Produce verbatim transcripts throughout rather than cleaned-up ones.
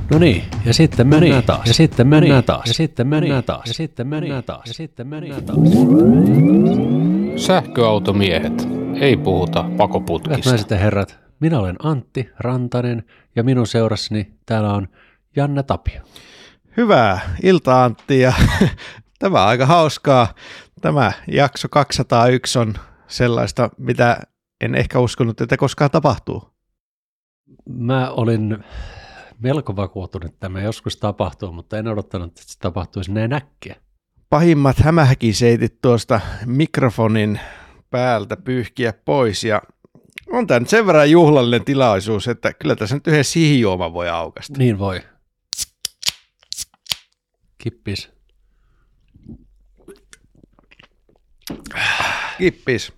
No niin, ja sitten mennään niin, taas. Ja sitten mennään niin, taas. Ja sitten mennään niin, taas. Ja sitten mennään taas. Ja sitten mennään taas. Sähköautomiehet. Ei puhuta pakoputkista. Hyvät naiset ja herrat, minä olen Antti Rantanen ja minun seurassani täällä on Janne Tapio. Hyvää iltaa, Antti, ja tämä on aika hauskaa. Tämä jakso kaksisataayksi on sellaista, mitä en ehkä uskonut, että koskaan tapahtuu. Mä olin melko vakuuttunut, että tämä joskus tapahtuu, mutta en odottanut, että se tapahtuisi näin äkkiä. Pahimmat hämähäkiseitit tuosta mikrofonin päältä pyyhkiä pois, ja on tämä nyt sen verran juhlallinen tilaisuus, että kyllä tässä nyt yhden sihijuoman voi aukasta. Niin voi. Kippis. Kippis.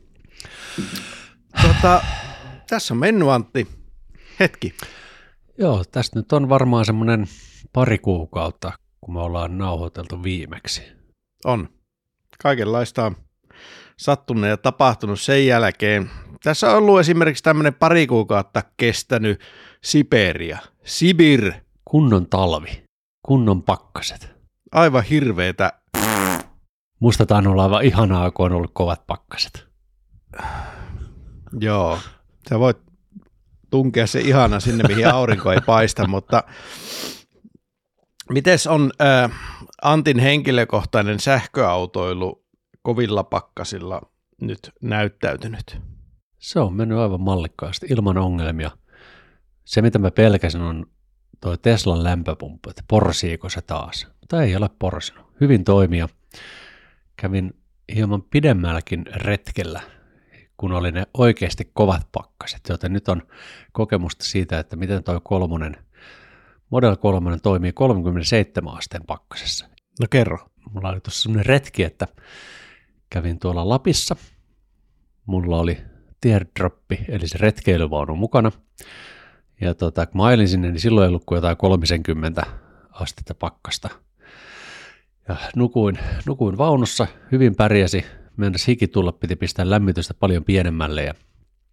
Tota, tässä on mennyt, Antti. Hetki. Joo, tästä nyt on varmaan semmoinen pari kuukautta, kun me ollaan nauhoiteltu viimeksi. On. Kaikenlaista on sattunut ja tapahtunut sen jälkeen. Tässä on ollut esimerkiksi tämmöinen pari kuukautta kestänyt Siberia. Sibir. Kunnon talvi. Kunnon pakkaset. Aivan hirveetä. Musta tää on ollut aivan ihanaa, kun on ollut kovat pakkaset. Joo. Sä voit tunkea se ihana sinne, mihin aurinko ei paista, mutta mites on äh, Antin henkilökohtainen sähköautoilu kovilla pakkasilla nyt näyttäytynyt? Se on mennyt aivan mallikkaasti, ilman ongelmia. Se, mitä mä pelkäsin, on toi Teslan lämpöpumppu, että porsiiko se taas. Mutta ei ole porsinut. Hyvin toimia. Kävin hieman pidemmälläkin retkellä, kun oli ne oikeasti kovat pakkaset, joten nyt on kokemusta siitä, että miten toi kolmonen, Model kolme toimii kolmekymmentäseitsemän asteen pakkasessa. No kerro. Mulla oli tuossa sellainen retki, että kävin tuolla Lapissa. Mulla oli teardroppi, eli se retkeilyvaunu mukana. Ja tota, kun mä ajelin sinne, niin silloin ei ollut kuin jotain kolmekymmentä astetta pakkasta. Ja nukuin, nukuin vaunussa, hyvin pärjäsi. Mennäs hiki tulla, piti pistää lämmitystä paljon pienemmälle. Ja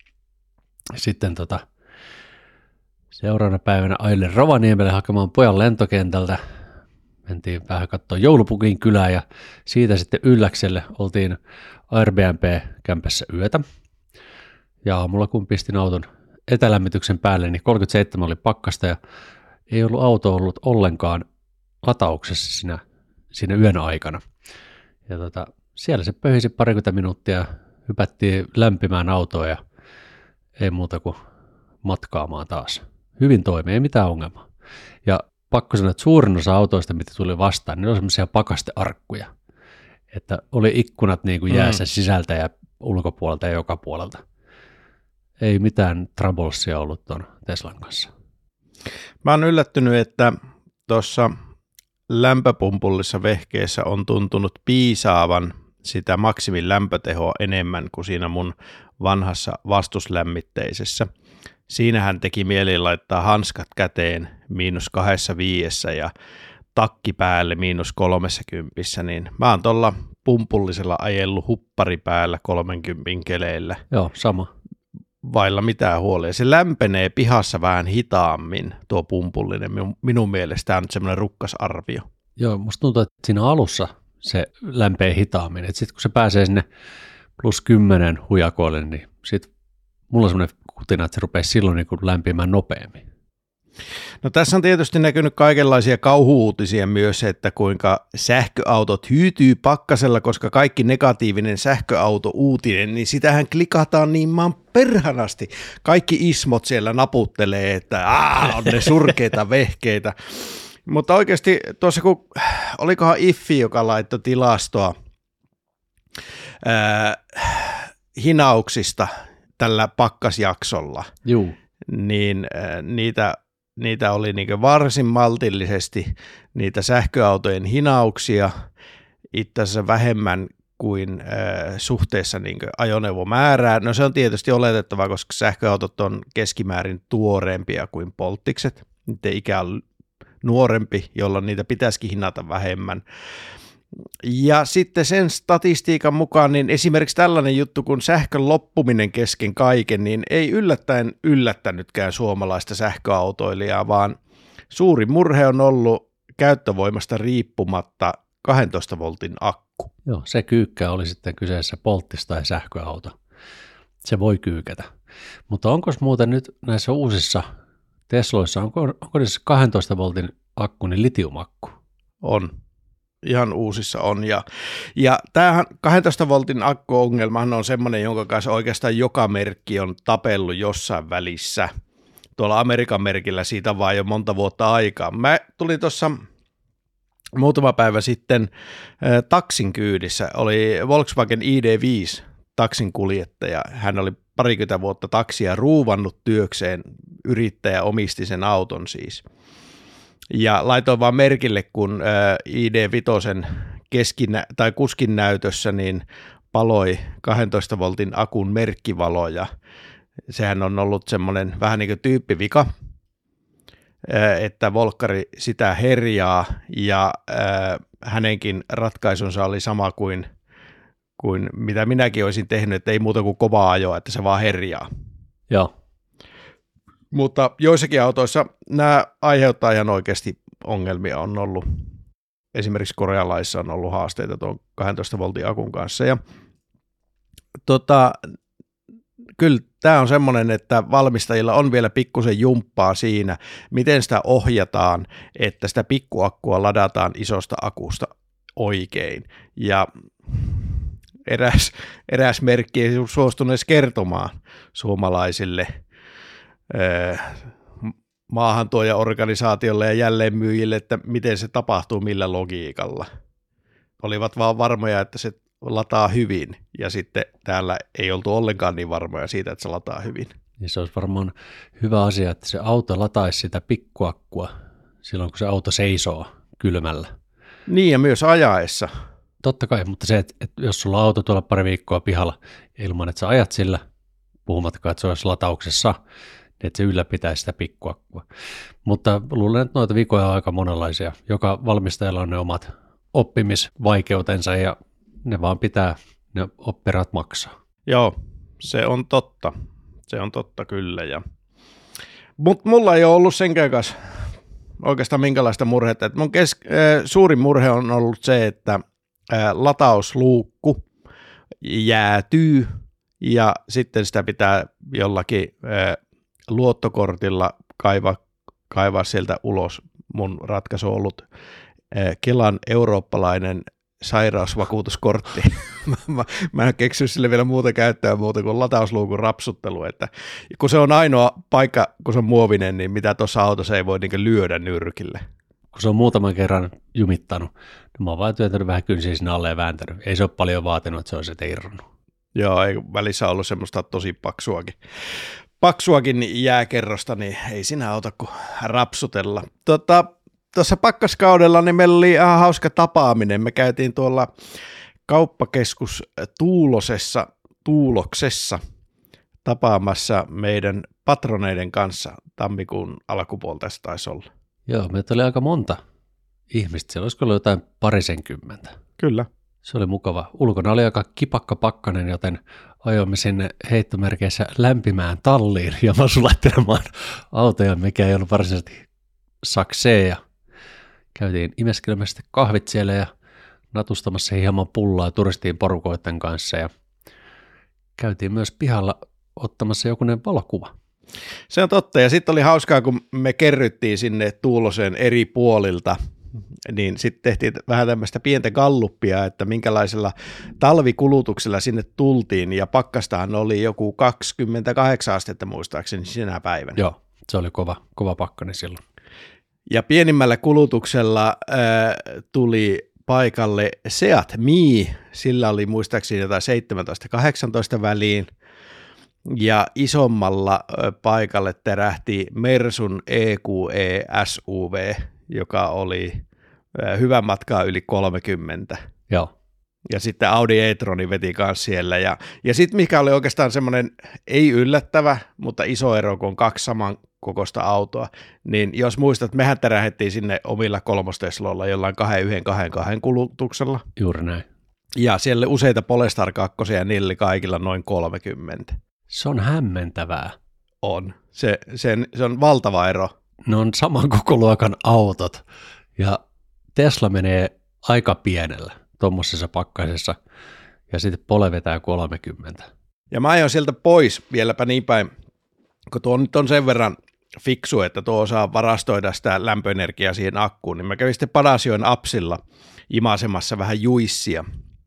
sitten tota, seuraavana päivänä ajelin Rovaniemelle hakemaan pojan lentokentältä. Mentiin vähän katsoa Joulupukin kylää ja siitä sitten Ylläkselle oltiin Airbnb-kämpässä yötä. Ja aamulla kun pistin auton etälämmityksen päälle, niin kolmekymmentäseitsemän oli pakkasta ja ei ollut auto ollut ollenkaan latauksessa siinä, siinä yön aikana. Ja tota, siellä se pöhisi parikymmentä minuuttia, hypättiin lämpimään autoon ja ei muuta kuin matkaamaan taas. Hyvin toimii, ei mitään ongelmaa. Ja pakko sanoa, että suurin osa autoista, mitä tuli vastaan, niin oli semmoisia pakastearkkuja, että oli ikkunat niin kuin jäässä mm. sisältä ja ulkopuolelta ja joka puolelta. Ei mitään troublesia ollut tuon Teslan kanssa. Mä oon yllättynyt, että tuossa lämpöpumpullisessa vehkeessä on tuntunut piisaavan sitä maksimin lämpötehoa enemmän kuin siinä mun vanhassa vastuslämmitteisessä. Siinähän teki mieli laittaa hanskat käteen miinus kahdessa viiessä ja takki päälle miinus kolmessa niin mä oon tuolla pumpullisella ajellut huppari päällä kolmenkympin keleillä. Joo, sama. Vailla mitään huolia. Se lämpenee pihassa vähän hitaammin, tuo pumpullinen. Minun mielestä tämä on nyt semmoinen rukkasarvio. Joo, musta tuntuu, että siinä alussa se lämpee hitaammin. Sitten kun se pääsee sinne plus kymmenen hujakoille, niin sitten mulla on semmoinen kutina, että se rupeaa silloin niin kuin lämpimään nopeammin. No tässä on tietysti näkynyt kaikenlaisia kauhu-uutisia myös, että kuinka sähköautot hyytyy pakkasella, koska kaikki negatiivinen sähköauto-uutinen, niin sitähän klikataan niin maan perhanasti. Kaikki ismot siellä naputtelee, että aah, on ne surkeita vehkeitä. Mutta oikeasti tuossa kun, olikohan Iffi, joka laittoi tilastoa ää, hinauksista tällä pakkasjaksolla, Juu. niin ää, niitä Niitä oli niin varsin maltillisesti niitä sähköautojen hinauksia, itse asiassa vähemmän kuin äh, suhteessa niin ajoneuvomäärään. No se on tietysti oletettavaa, koska sähköautot on keskimäärin tuoreempia kuin polttikset. Niiden ikä on nuorempi, jolloin niitä pitäisikin hinata vähemmän. Ja sitten sen statistiikan mukaan, niin esimerkiksi tällainen juttu kuin sähkön loppuminen kesken kaiken, niin ei yllättäen yllättänytkään suomalaista sähköautoilijaa, vaan suuri murhe on ollut käyttövoimasta riippumatta kahdentoista voltin akku. Joo, se kyykkä oli sitten kyseessä polttis- tai sähköauto. Se voi kyykätä. Mutta onko muuten nyt näissä uusissa Tesloissa, onko, onko niissä kahdentoista voltin akku, niin litiumakku? On. Ihan uusissa on. Ja, ja tämähän kahdentoista voltin akkuongelmahan on semmoinen, jonka kanssa oikeastaan joka merkki on tapellut jossain välissä. Tuolla Amerikan merkillä siitä vaan jo monta vuotta aikaa. Mä tulin tuossa muutama päivä sitten äh, taksin kyydissä. Oli Volkswagen I D viisi taksin kuljettaja. Hän oli parikymmentä vuotta taksia ruuvannut työkseen. Yrittäjä omisti sen auton siis. Ja laitoin vaan merkille, kun I D viisi keskinä, tai kuskin näytössä niin paloi kahdentoista voltin akun merkkivalo, ja sehän on ollut semmoinen vähän niin kuin tyyppivika, että volkkari sitä herjaa, ja hänenkin ratkaisunsa oli sama kuin, kuin mitä minäkin olisin tehnyt, että ei muuta kuin kovaa ajoa, että se vaan herjaa. Joo. Mutta joissakin autoissa nämä aiheuttaa ihan oikeasti ongelmia. On ollut, esimerkiksi korealaisissa on ollut haasteita tuon kahdentoista voltin akun kanssa. Ja, tota, kyllä tämä on semmoinen, että valmistajilla on vielä pikkusen jumppaa siinä, miten sitä ohjataan, että sitä pikkuakkua ladataan isosta akusta oikein. Ja eräs, eräs merkki ei suostunut edes kertomaan suomalaisille maahantuojaorganisaatiolle ja jälleenmyyjille, että miten se tapahtuu, millä logiikalla. Olivat vaan varmoja, että se lataa hyvin, ja sitten täällä ei oltu ollenkaan niin varmoja siitä, että se lataa hyvin. Ja se olisi varmaan hyvä asia, että se auto lataisi sitä pikkuakkua silloin, kun se auto seisoo kylmällä. Niin, ja myös ajaessa. Totta kai, mutta se, että, että jos sulla on auto tuolla pari viikkoa pihalla ilman, että sä ajat sillä, puhumattakaan, että se olisi latauksessa, niin että se ylläpitäisi sitä pikkuakkua. Mutta luulen, että noita vikoja on aika monenlaisia. Joka valmistajalla on ne omat oppimisvaikeutensa, ja ne vaan pitää ne opperat maksaa. Joo, se on totta. Se on totta kyllä. Ja... Mutta mulla ei ole ollut senkään kanssa oikeastaan minkälaista murhetta. Et mun kes... äh, suurin murhe on ollut se, että äh, latausluukku jäätyy, ja sitten sitä pitää jollakin äh, luottokortilla kaivaa, kaivaa sieltä ulos. Mun ratkaisu on ollut äh, Kelan eurooppalainen sairausvakuutuskortti. mä, mä, mä en keksinyt sille vielä muuta käyttöä muuta kuin latausluukun rapsuttelu. Että kun se on ainoa paikka, kun se on muovinen, niin mitä tuossa autossa ei voi niin lyödä nyrkille. Kun se on muutaman kerran jumittanut, niin mä oon vaan työntänyt vähän kynsiä sinne alle ja vääntänyt. Ei se ole paljon vaatinut, että se olisi irronnut. Joo, ei välissä ollut semmoista tosi paksuakin. Paksuakin jääkerrosta, niin ei siinä auta kuin rapsutella. Tota, tuossa pakkaskaudella niin meillä oli ihan hauska tapaaminen. Me käytiin tuolla kauppakeskus Tuulosessa, Tuuloksessa tapaamassa meidän patroneiden kanssa tammikuun alkupuolta taisi olla. Joo, meitä oli aika monta ihmistä. Siellä olisiko ollut jotain parisenkymmentä. Kyllä. Se oli mukava. Ulkona oli aika kipakka pakkanen, joten ajoimme sinne heittomerkeissä lämpimään talliin ja masulattelemaan autoja, mikä ei ollut varsinaisesti saksee. Ja käytiin imeskelemässä kahvit siellä ja natustamassa hieman pullaa turistiin porukoiden kanssa. Ja käytiin myös pihalla ottamassa jokunen valokuva. Se on totta, ja sitten oli hauskaa, kun me kerryttiin sinne Tuuloseen eri puolilta, niin sitten tehtiin vähän tämmöistä pientä galluppia, että minkälaisella talvikulutuksella sinne tultiin, ja pakkastahan oli joku kaksikymmentäkahdeksan astetta muistaakseni sinä päivänä. Joo, se oli kova, kova pakkanen silloin. Ja pienimmällä kulutuksella äh, tuli paikalle Seat Mii, sillä oli muistaakseni jotain seitsemäntoista kahdeksantoista väliin, ja isommalla paikalle terähti Mersun E Q E S U V, joka oli hyvän matkaa yli kolmekymmentä. Joo. Ja sitten Audi e-troni veti kanssa siellä. Ja, ja sitten mikä oli oikeastaan semmoinen, ei yllättävä, mutta iso ero, kun on kaksi saman kokoista autoa, niin jos muistat, mehän terähettiin sinne omilla kolmostesloilla jollain kahden, yhden, kahden, kahden kulutuksella. Juuri näin. Ja siellä oli useita Polestar kakkosia ja niillä kaikilla noin kolmekymmentä. Se on hämmentävää. On. Se, se, se on valtava ero ne on saman kokoluokan autot ja Tesla menee aika pienellä tuommoisessa pakkasessa ja sitten Pole vetää kolmekymmentä. Ja mä aion sieltä pois vieläpä niin päin, kun tuo nyt on sen verran fiksu, että tuo osaa varastoida sitä lämpöenergiaa siihen akkuun, niin mä kävin sitten Padasjoen Apsilla imasemassa vähän juissia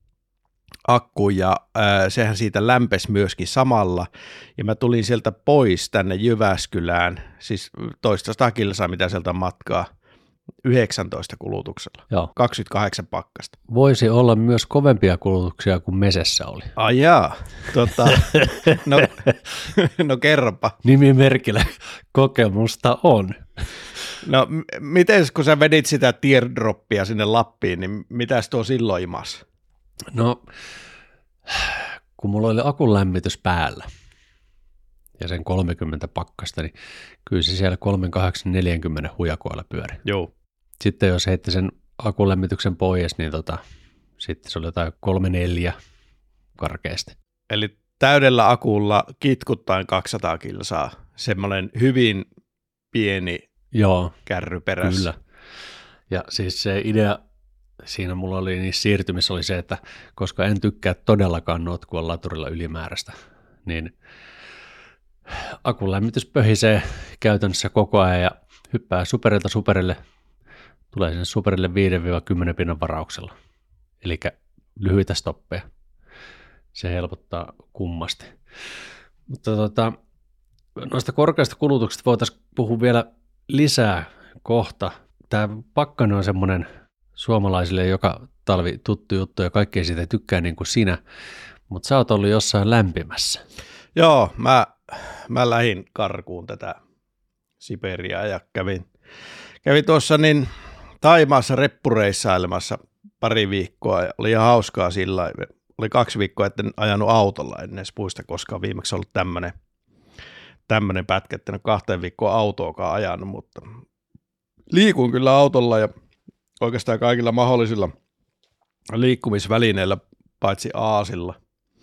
akkuun ja äh, sehän siitä lämpesi myöskin samalla ja mä tulin sieltä pois tänne Jyväskylään, siis toista sata kilsaa mitä sieltä on matkaa, yhdeksäntoista kulutuksella, Joo. kaksikymmentäkahdeksan pakkasta. Voisi olla myös kovempia kulutuksia kuin Mesessä oli. Ai jaa, tota, no, no kerropa. Nimimerkillä kokemusta on. No m- miten kun sä vedit sitä teardroppia sinne Lappiin, niin mitäs tuo silloin imas? No, kun mulla oli akun lämmitys päällä ja sen kolmekymmentä pakkasta, niin kyllä se siellä kolmekymmentäkahdeksan neljäkymmentä hujakoilla pyöri. Joo. Sitten jos heitti sen akun lämmityksen pois, niin tota, sitten se oli jotain kolme neljä karkeasti. Eli täydellä akulla kitkuttain kaksisataa kilsaa, semmoinen hyvin pieni Joo, kärry perässä. kyllä. Ja siis se idea siinä mulla oli niissä siirtymissä oli se, että koska en tykkää todellakaan notkua laturilla ylimääräistä, niin akun lämmitys pöhisee käytännössä koko ajan ja hyppää superilta superille, tulee sinne superille viidestä kymmeneen pinnan varauksella, eli lyhyitä stoppeja. Se helpottaa kummasti. Mutta tota, noista korkeista kulutuksista voitaisiin puhua vielä lisää kohta. Tämä pakkanen on semmoinen suomalaisille joka talvi tuttu juttu ja kaikki ei siitä tykkää niin kuin sinä, mutta sä oot ollut jossain lämpimässä. Joo, mä, mä lähdin karkuun tätä Siperiaa ja kävin, kävin tuossa niin Thaimaassa reppureissailemassa pari viikkoa ja oli ihan hauskaa sillä lailla. Oli kaksi viikkoa, etten ajanut autolla ennen edes puista, koska on viimeksi ollut tämmöinen tämmöinen pätkä, että en ole kahteen viikkoa autoakaan ajanut, mutta liikun kyllä autolla ja oikeastaan kaikilla mahdollisilla liikkumisvälineillä, paitsi aasilla.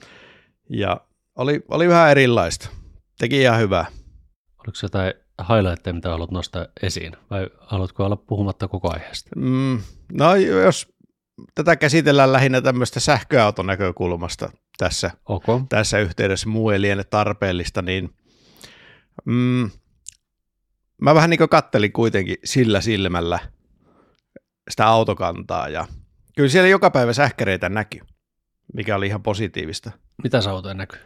Ja oli, oli vähän erilaista. Teki ihan hyvää. Oliko se jotain highlightteja, mitä haluat nostaa esiin, vai haluatko olla puhumatta koko aiheesta? Mm, no jos tätä käsitellään lähinnä tämmöistä sähköauton näkökulmasta tässä, okay. tässä yhteydessä, muu ei liene tarpeellista, niin mm, mä vähän niin kuin kattelin kuitenkin sillä silmällä sitä autokantaa ja kyllä siellä joka päivä sähkäreitä näkyy, mikä oli ihan positiivista. Mitä se autoja näkyy?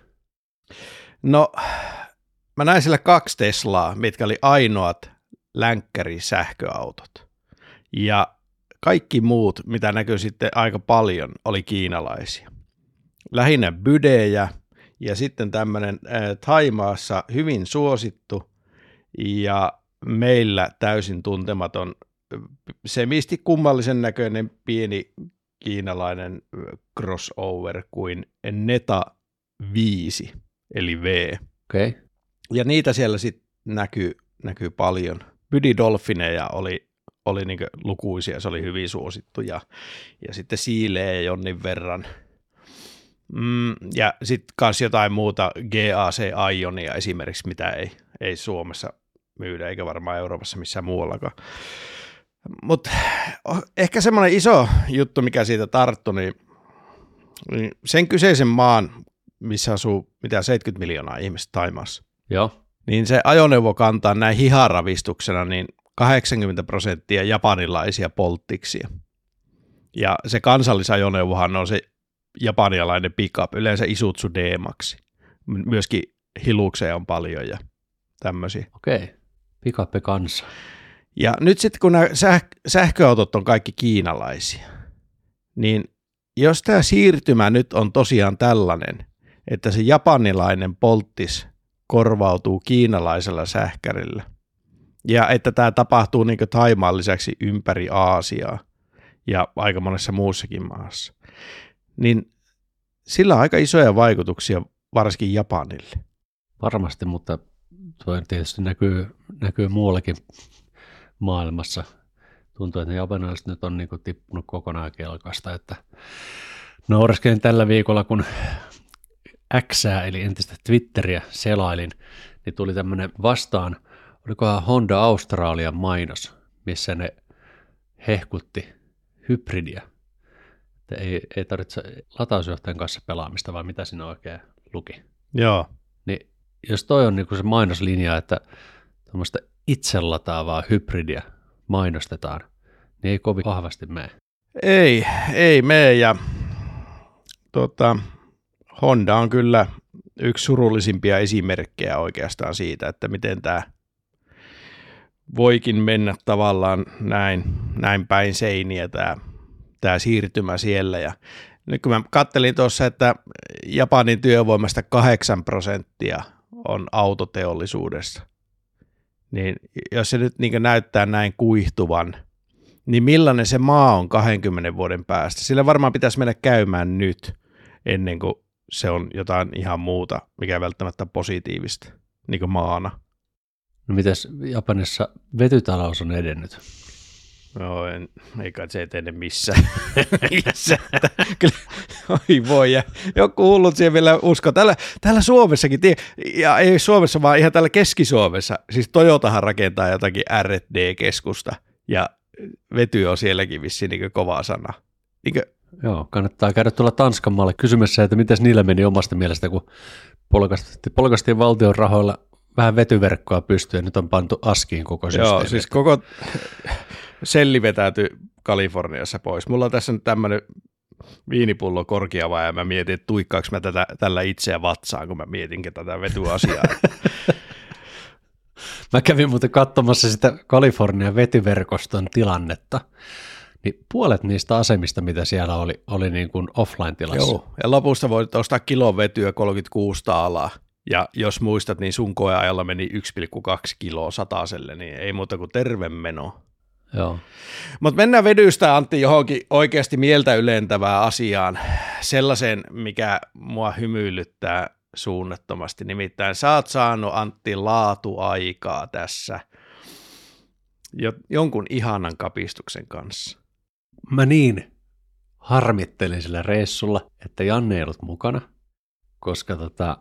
No mä näin siellä kaksi Teslaa, mitkä oli ainoat länkkärisähköautot ja kaikki muut, mitä näkyy sitten aika paljon, oli kiinalaisia. Lähinnä bydejä ja sitten tämmöinen äh, Thaimaassa hyvin suosittu ja meillä täysin tuntematon, semisti kummallisen näköinen pieni kiinalainen crossover kuin Neta viisi, eli V. Okay. Ja niitä siellä sitten näkyy, näkyy paljon. Bydidolfineja oli oli niin lukuisia, se oli hyvin suosittu, ja, ja sitten siileä jonnin verran. Mm, ja sitten myös jotain muuta G A C-Ionia esimerkiksi, mitä ei, ei Suomessa myydä, eikä varmaan Euroopassa missään muuallakaan. Mutta ehkä semmoinen iso juttu, mikä siitä tarttui, niin, niin sen kyseisen maan, missä asuu mitä seitsemänkymmentä miljoonaa ihmistä Thaimaassa, Joo. niin se ajoneuvo kantaa näin hiharavistuksena, niin kahdeksankymmentä prosenttia japanilaisia polttiksia. Ja se kansallisajoneuvohan on se japanialainen pickup, yleensä Isuzu D-Maxi. Myöskin Hiluxeja on paljon ja tämmöisiä. Okei, pickup kanssa. Ja nyt sitten kun nämä säh- sähköautot on kaikki kiinalaisia, niin jos tämä siirtymä nyt on tosiaan tällainen, että se japanilainen polttis korvautuu kiinalaisella sähkärillä, ja että tämä tapahtuu niin kuin Thaimaan lisäksi ympäri Aasiaa ja aika monessa muussakin maassa, niin sillä on aika isoja vaikutuksia varsinkin Japanille. Varmasti, mutta tuo tietysti näkyy, näkyy muuallakin maailmassa. Tuntuu, että ne japanilaiset nyt on niin kuin tippunut kokonaan kelkasta. Että naureskelin tällä viikolla, kun Xää eli entistä Twitteriä selailin, niin tuli tämmöinen vastaan olikohan Honda Australian mainos, missä ne hehkutti hybridiä. Että ei, ei tarvitse latausjohtajan kanssa pelaamista, vaan mitä siinä oikein luki. Joo. Niin jos toi on niinku se mainoslinja, että tuommoista itselataavaa hybridiä mainostetaan, niin ei kovin vahvasti mene. Ei, ei mene ja tota, Honda on kyllä yksi surullisimpia esimerkkejä oikeastaan siitä, että miten tämä voikin mennä tavallaan näin, näin päin seiniä tämä, tämä siirtymä siellä. Ja nyt kun mä kattelin tuossa, että Japanin työvoimasta kahdeksan prosenttia on autoteollisuudessa, niin jos se nyt niin näyttää näin kuihtuvan, niin millainen se maa on kahdenkymmenen vuoden päästä? Sillä varmaan pitäisi mennä käymään nyt, ennen kuin se on jotain ihan muuta, mikä välttämättä positiivista, niin kuin maana. No mitäs Japanissa vetytalous on edennyt? No en, ei kai se etene missään. Kyllä, oi voi, ja joku hullut siihen vielä usko. Täällä, täällä Suomessakin, ja ei Suomessa, vaan ihan täällä Keski-Suomessa, siis Toyotahan rakentaa jotakin R and D-keskusta, ja vety on sielläkin vissiin niin kova sana. Niin kuin, joo, kannattaa käydä tuolla Tanskan maalle kysymässä, että miten niillä meni omasta mielestä, kun polkastiin, polkastiin valtion rahoilla vähän vetyverkkoa pystyyn, ja nyt on pantu askiin koko systeemi. Joo, siis koko selli vetäytyi Kaliforniassa pois. Mulla on tässä nyt tämmöinen viinipullo korkeava, ja mä mietin, että tuikkaanko mä tätä, tällä itseä vatsaan, kun mä mietinkin tätä vetyasiaa. Mä kävin muuten katsomassa sitä Kalifornian vetyverkoston tilannetta, niin puolet niistä asemista, mitä siellä oli, oli niin kuin offline-tilassa. Joo, ja lopusta voit ostaa kilon vetyä kolmekymmentäkuusi taalaa, ja jos muistat, niin sun koeajalla meni yksi pilkku kaksi kiloa sataselle, niin ei muuta kuin terve meno. Joo. Mutta mennään vedystä, Antti, johonkin oikeasti mieltä ylentävään asiaan, sellaisen, mikä mua hymyilyttää suunnattomasti. Nimittäin sä oot saanut, Antti, laatuaikaa tässä jo, jonkun ihanan kapistuksen kanssa. Mä niin harmittelin sillä reissulla, että Janne ei ollut mukana, koska tota,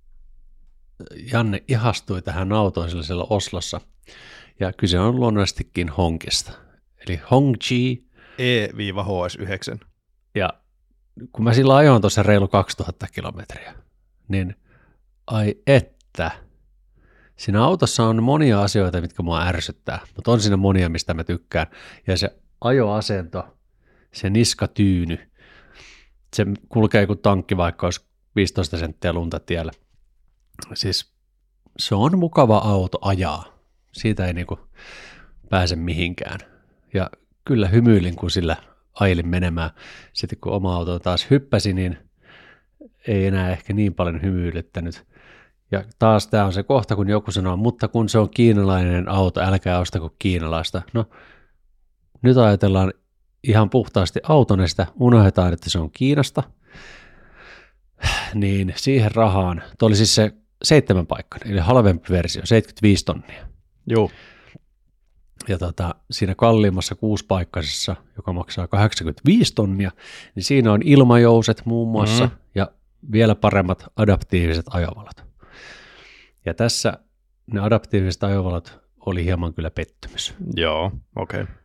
Janne ihastui tähän autoon siellä Oslossa, ja kyse on luonnollisestikin Hongista, eli Hongqi E H S yhdeksän. Ja kun mä sillä ajoin tuossa reilu kaksituhatta kilometriä, niin ai että, siinä autossa on monia asioita, mitkä mua ärsyttää, mutta on siinä monia, mistä mä tykkään, ja se ajoasento, se niskatyyny, se kulkee kuin tankki, vaikka olisi viisitoista senttiä lunta tiellä. Siis se on mukava auto ajaa, siitä ei niinku pääse mihinkään. Ja kyllä hymyilin, kun sillä ailin menemään. Sitten kun oma auto taas hyppäsi, niin ei enää ehkä niin paljon hymyilyttänyt. Ja taas tämä on se kohta, kun joku sanoo, mutta kun se on kiinalainen auto, älkää ostako kiinalaista. No nyt ajatellaan ihan puhtaasti autonesta, unohdetaan, että se on Kiinasta. Niin siihen rahaan, tuo oli siis se seitsemän paikkainen, eli halvempi versio, seitsemänkymmentäviisi tonnia. Joo. Ja tota, siinä kalliimmassa kuusipaikkaisessa, joka maksaa kahdeksankymmentäviisi tonnia, niin siinä on ilmajouset muun muassa, mm-hmm. ja vielä paremmat adaptiiviset ajovalot. Ja tässä ne adaptiiviset ajovalot oli hieman kyllä pettymys. Joo, okei. Okay.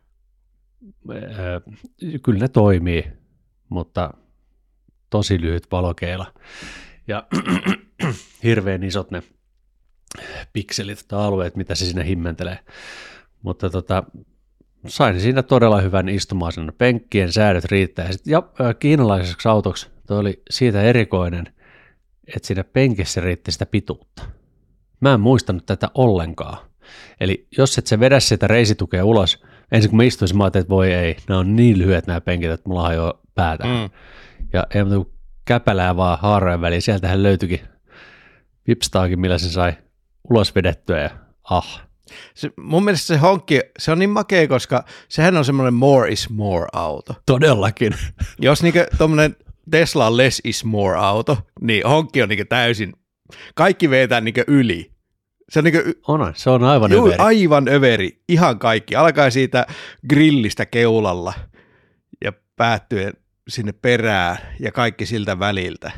Kyllä ne toimii, mutta tosi lyhyt valokeila. Ja hirveän isot ne pikselit tai alueet, mitä se siinä himmentelee. Mutta tota, sain siinä todella hyvän istuma-asennon. Penkkien säädöt riittää. Ja, sit, ja kiinalaiseksi autoksi toi oli siitä erikoinen, että siinä penkissä riitti sitä pituutta. Mä en muistanut tätä ollenkaan. Eli jos et sä vedä sitä reisitukea ulos, ensin kun mä istuisin, mä ajattelin, että voi ei, nämä on niin lyhyet nämä penkit, että mulla hajoaa päätä. Mm. Ja ei muuta käpälää vaan haarojen väliin. Sieltähän löytyikin vipstaakin, millä sen sai ulos vedettyä ja ah. Se, mun mielestä se Hongki, se on niin makea, koska sehän on semmoinen more is more auto. Todellakin. Jos niinku tommonen Tesla on less is more auto, niin Hongki on niinku täysin, kaikki vetää niinku yli. Se on, niinku, on, se on aivan juu, överi. Aivan överi, ihan kaikki. Alkaa siitä grillistä keulalla ja päättyen sinne perään ja kaikki siltä väliltä.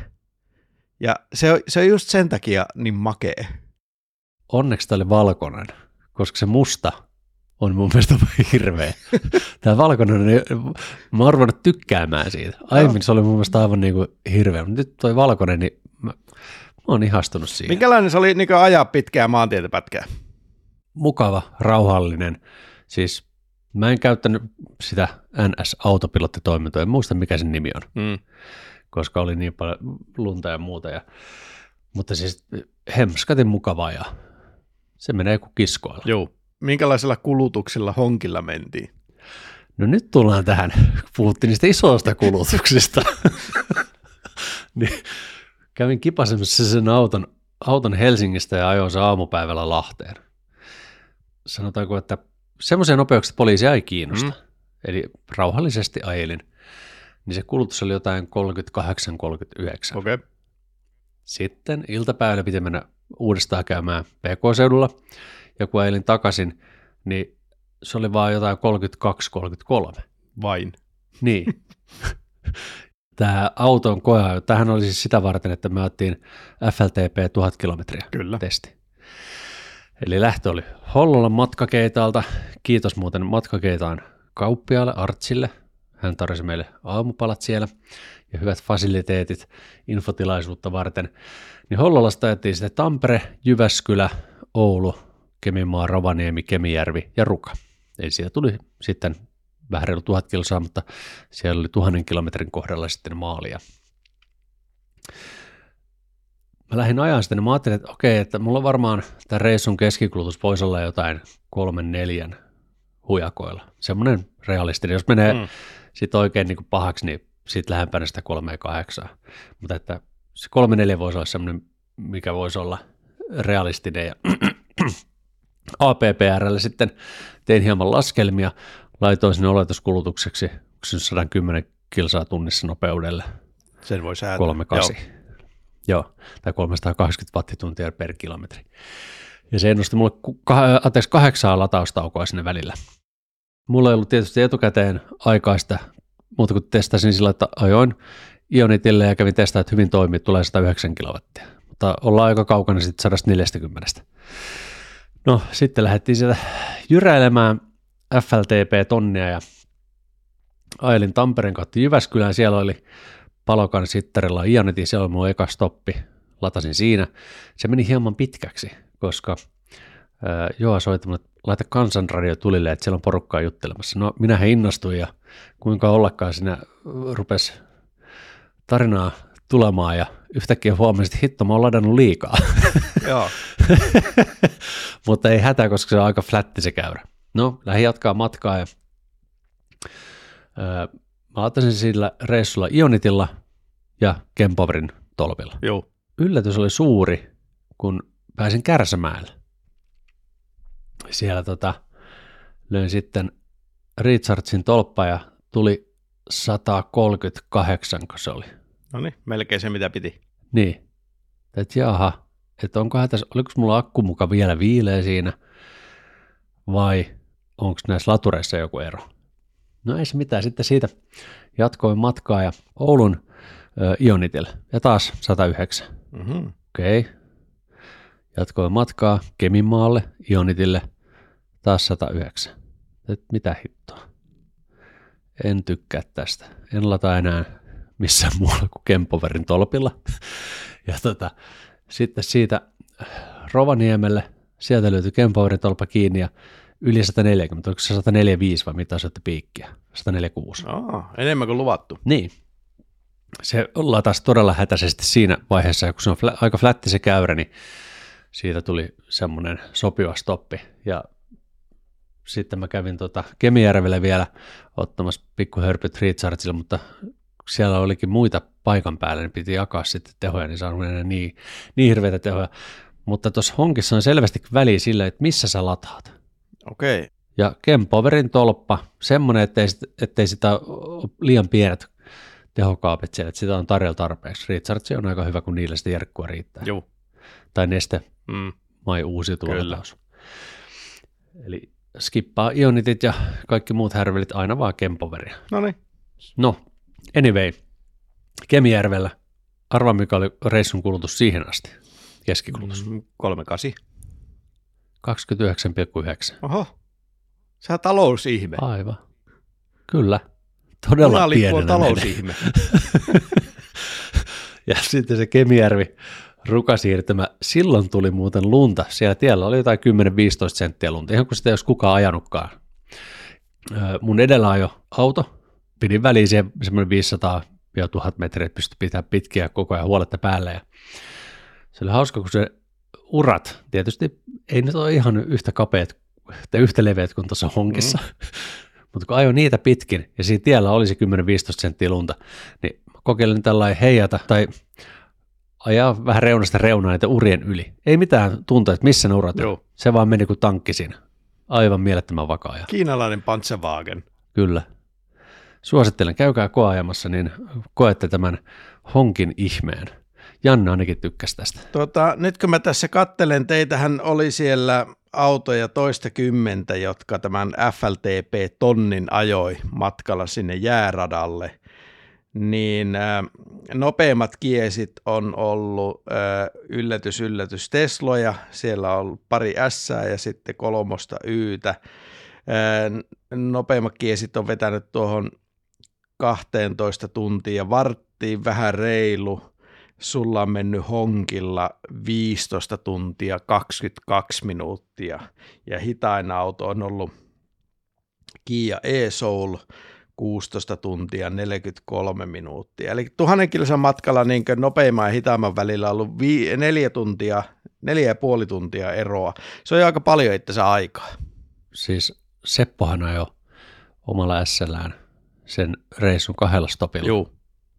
Ja se on, se on just sen takia niin makea. Onneksi tämä oli valkoinen, koska se musta on mun mielestä hirveä. Tämä valkoinen, niin mä oon ruvennut tykkäämään siitä. Aiemmin se oli mun mielestä aivan niin kuin hirveä, mutta nyt toi valkoinen, niin mä, mä oon ihastunut siihen. Minkälainen se oli niin ajaa pitkää maantietäpätkää? Mukava, rauhallinen. Siis mä en käyttänyt sitä N S-autopilottitoimintoa, en muista mikä sen nimi on, mm. koska oli niin paljon lunta ja muuta. Ja, mutta siis hemskatin mukavaa ja se menee kuin kiskoilla. Joo. Minkälaisella kulutuksella honkilla mentiin? No nyt tullaan tähän, puhuttiin niistä isoista kulutuksista. niin, kävin kipasemassa sen auton, auton Helsingistä ja ajoin se aamupäivällä Lahteen. Sanotaanko, että semmoisia nopeuksia poliisia ei kiinnosta. Mm. Eli rauhallisesti ajelin. Niin se kulutus oli jotain kolmekymmentäkahdeksan kolmekymmentäyhdeksän. Okay. Sitten iltapäivällä piti mennä uudestaan käymään P K-seudulla. Ja kun ajelin takaisin, niin se oli vaan jotain kolmekymmentäkaksi kolmekymmentäkolme. Vain. Niin. Tämä auton koeajo, tämähän oli siis sitä varten, että me otettiin F L T P tuhat kilometriä Kyllä. testi. Eli lähtö oli Hollolan matkakeitalta. Kiitos muuten matkakeitaan kauppiaalle Artsille. Hän tarjosi meille aamupalat siellä ja hyvät fasiliteetit infotilaisuutta varten. Niin Hollolasta ajettiin sitten Tampere, Jyväskylä, Oulu, Keminmaa, Rovaniemi, Kemijärvi ja Ruka. Eli siitä tuli sitten vähän reilu tuhat kilsaa, mutta siellä oli tuhannen kilometrin kohdalla sitten maalia. Mä lähdin ajan sitten, niin mä ajattelin, että okei, että mulla varmaan tämän reissun keskikulutus voisi olla jotain kolmen neljän hujakoilla. Semmoinen realistinen. Jos menee mm. sitten oikein niin kuin pahaksi, niin sitten lähempänä sitä kolme kahdeksan. Mutta että se kolme neljä voisi olla semmoinen, mikä voisi olla realistinen. Ja A P P R:lle sitten tein hieman laskelmia, laitoin sinne oletuskulutukseksi sata kymmenen kilsaa tunnissa nopeudelle. Sen voi säätää. kolme kahdeksan. Joo, tai kolmesataakaksikymmentä wattituntia per kilometri. Ja se ennusti mulle anteeksi, kahdeksaa lataustaukoa sinne välillä. Mulla ei ollut tietysti etukäteen aikaista, muuta kuin testasin sillä, että ajoin Ionitille ja kävin testaamaan, että hyvin toimii, tulee sata yhdeksän kilowattia. Mutta ollaan aika kaukana sitten sata neljäkymmentä. No sitten lähdettiin sieltä jyräilemään F L T P-tonnia ja ajelin Tampereen kautta Jyväskylään. Siellä oli Palokan sittarilla Ionity, siellä oli mun eka stoppi, latasin siinä. Se meni hieman pitkäksi, koska ää, Joa soitti mulle, että laita kansanradio tulille, että siellä on porukkaa juttelemassa. No minähän innostuin ja kuinka ollakaan siinä rupesi tarinaa tulemaan ja yhtäkkiä huomasin, että hitto, mä oon ladannut liikaa. Joo. Mutta ei hätää, koska se on aika flätti se käyrä. No, lähdin jatkaa matkaa ja ää, mä latasin sillä reissulla Ionitilla ja Kempoverin tolpilla. Joo. Yllätys oli suuri, kun pääsin Kärsämäelle. Siellä tota, löin sitten Rechargein tolppa ja tuli sata kolmekymmentäkahdeksan, kun se oli. No niin, melkein se mitä piti. Niin, että jaha, että onkohan tässä, oliko mulla akku muka vielä viileä siinä vai onko näissä latureissa joku ero? No ei se mitään, sitten siitä jatkoin matkaa ja Oulun ö, Ionitille ja taas sata yhdeksän. Mm-hmm. Okei, okay. Jatkoin matkaa Keminmaalle Ionitille taas sata yhdeksän. Et mitä hittoa? En tykkää tästä. En lata enää missään muualla kuin Kempoverin tolpilla. Ja tota, sitten siitä Rovaniemelle, sieltä löytyi Kempoverin tolppa kiinni ja yli sata neljäkymmentä, oliko se sata neljäkymmentäviisi vai mitä se piikkiä? sata neljäkymmentäkuusi. Aa, enemmän kuin luvattu. Niin. Se latasi todella hätäisesti siinä vaiheessa, kun se on fl- aika flätti se käyrä, niin siitä tuli semmoinen sopiva stoppi. Ja sitten mä kävin tota Kemijärvelle vielä ottamassa pikkuhörpyt Rechargella, mutta siellä olikin muita paikan päällä, niin piti jakaa sitten tehoja, niin saanut enää niin, niin hirveitä tehoja. Mutta tuossa honkissa on selvästi väliä sillä, että missä sä lataat. Okei. Okay. Ja Kempoverin tolppa, semmoinen, ettei, ettei sitä ole liian pienet tehokaapit siellä, että sitä on tarjolla tarpeeksi. Recharge on aika hyvä, kun niillä sitä jerkkua riittää. Joo. Tai neste, mm. mai uusiutuva lataus. Eli skippaa Ionitit ja kaikki muut härvelit aina vaan Kempoveria. No niin. No, anyway, Kemijärvellä, arvaa mikä oli reissun kulutus siihen asti, keskikulutus. Mm, kolme kahdeksan. kaksikymmentäyhdeksän pilkku yhdeksän. Oho, sä talousihme. Aivan. Kyllä. Todella Munalippu pienenä on talousihme. Ja sitten se Kemijärvi rukasiirtymä, silloin tuli muuten lunta. Siellä tiellä oli jotain kymmenen viisitoista senttiä lunta, ihan kuin sitä ei olisi kukaan ajanutkaan. Mun edellä ajoi auto, pidin väliin semmoinen viisisataa ja tuhat metriä, että pystyi pitämään pitkiä koko ajan huoletta päälle. Ja se oli hauska, kun se urat, tietysti ei nyt ole ihan yhtä kapeat tai yhtä leveät kuin tuossa honkissa, mm. mutta kun ajoin niitä pitkin ja siinä tiellä olisi kymmenen viisitoista senttiä lunta, niin kokeilin tällainen heijata tai ajaa vähän reunasta reunaan niitä urien yli. Ei mitään tuntua, että missä ne urat on. Joo. Se vaan meni kuin tankki siinä. Aivan mielettömän vakaa. Kiinalainen Panzerwagen. Kyllä. Suosittelen, käykää koeajamassa, niin koette tämän honkin ihmeen. Janne ainakin tykkäsi tästä. Tota, nyt kun mä tässä kattelen, teitähän oli siellä autoja toista kymmentä, jotka tämän F L T P-tonnin ajoi matkalla sinne jääradalle, niin äh, nopeimmat kiesit on ollut äh, yllätys, yllätys Tesloja, siellä on ollut pari S:ää ja sitten kolmosta Y:tä. Äh, nopeimmat kiesit on vetänyt tuohon kaksitoista tuntia ja varttiin vähän reilu. Sulla on mennyt honkilla viisitoista tuntia kaksikymmentäkaksi minuuttia ja hitain auto on ollut Kia e-Soul kuusitoista tuntia neljäkymmentäkolme minuuttia. Eli tuhannen kilsan matkalla niin nopeimman ja hitaimman välillä on ollut vi- neljä tuntia, neljä ja puoli tuntia eroa. Se on aika paljon itse aikaa. Siis Seppohan ajoi omalla S:llään sen reissun kahdella stopilla. Joo.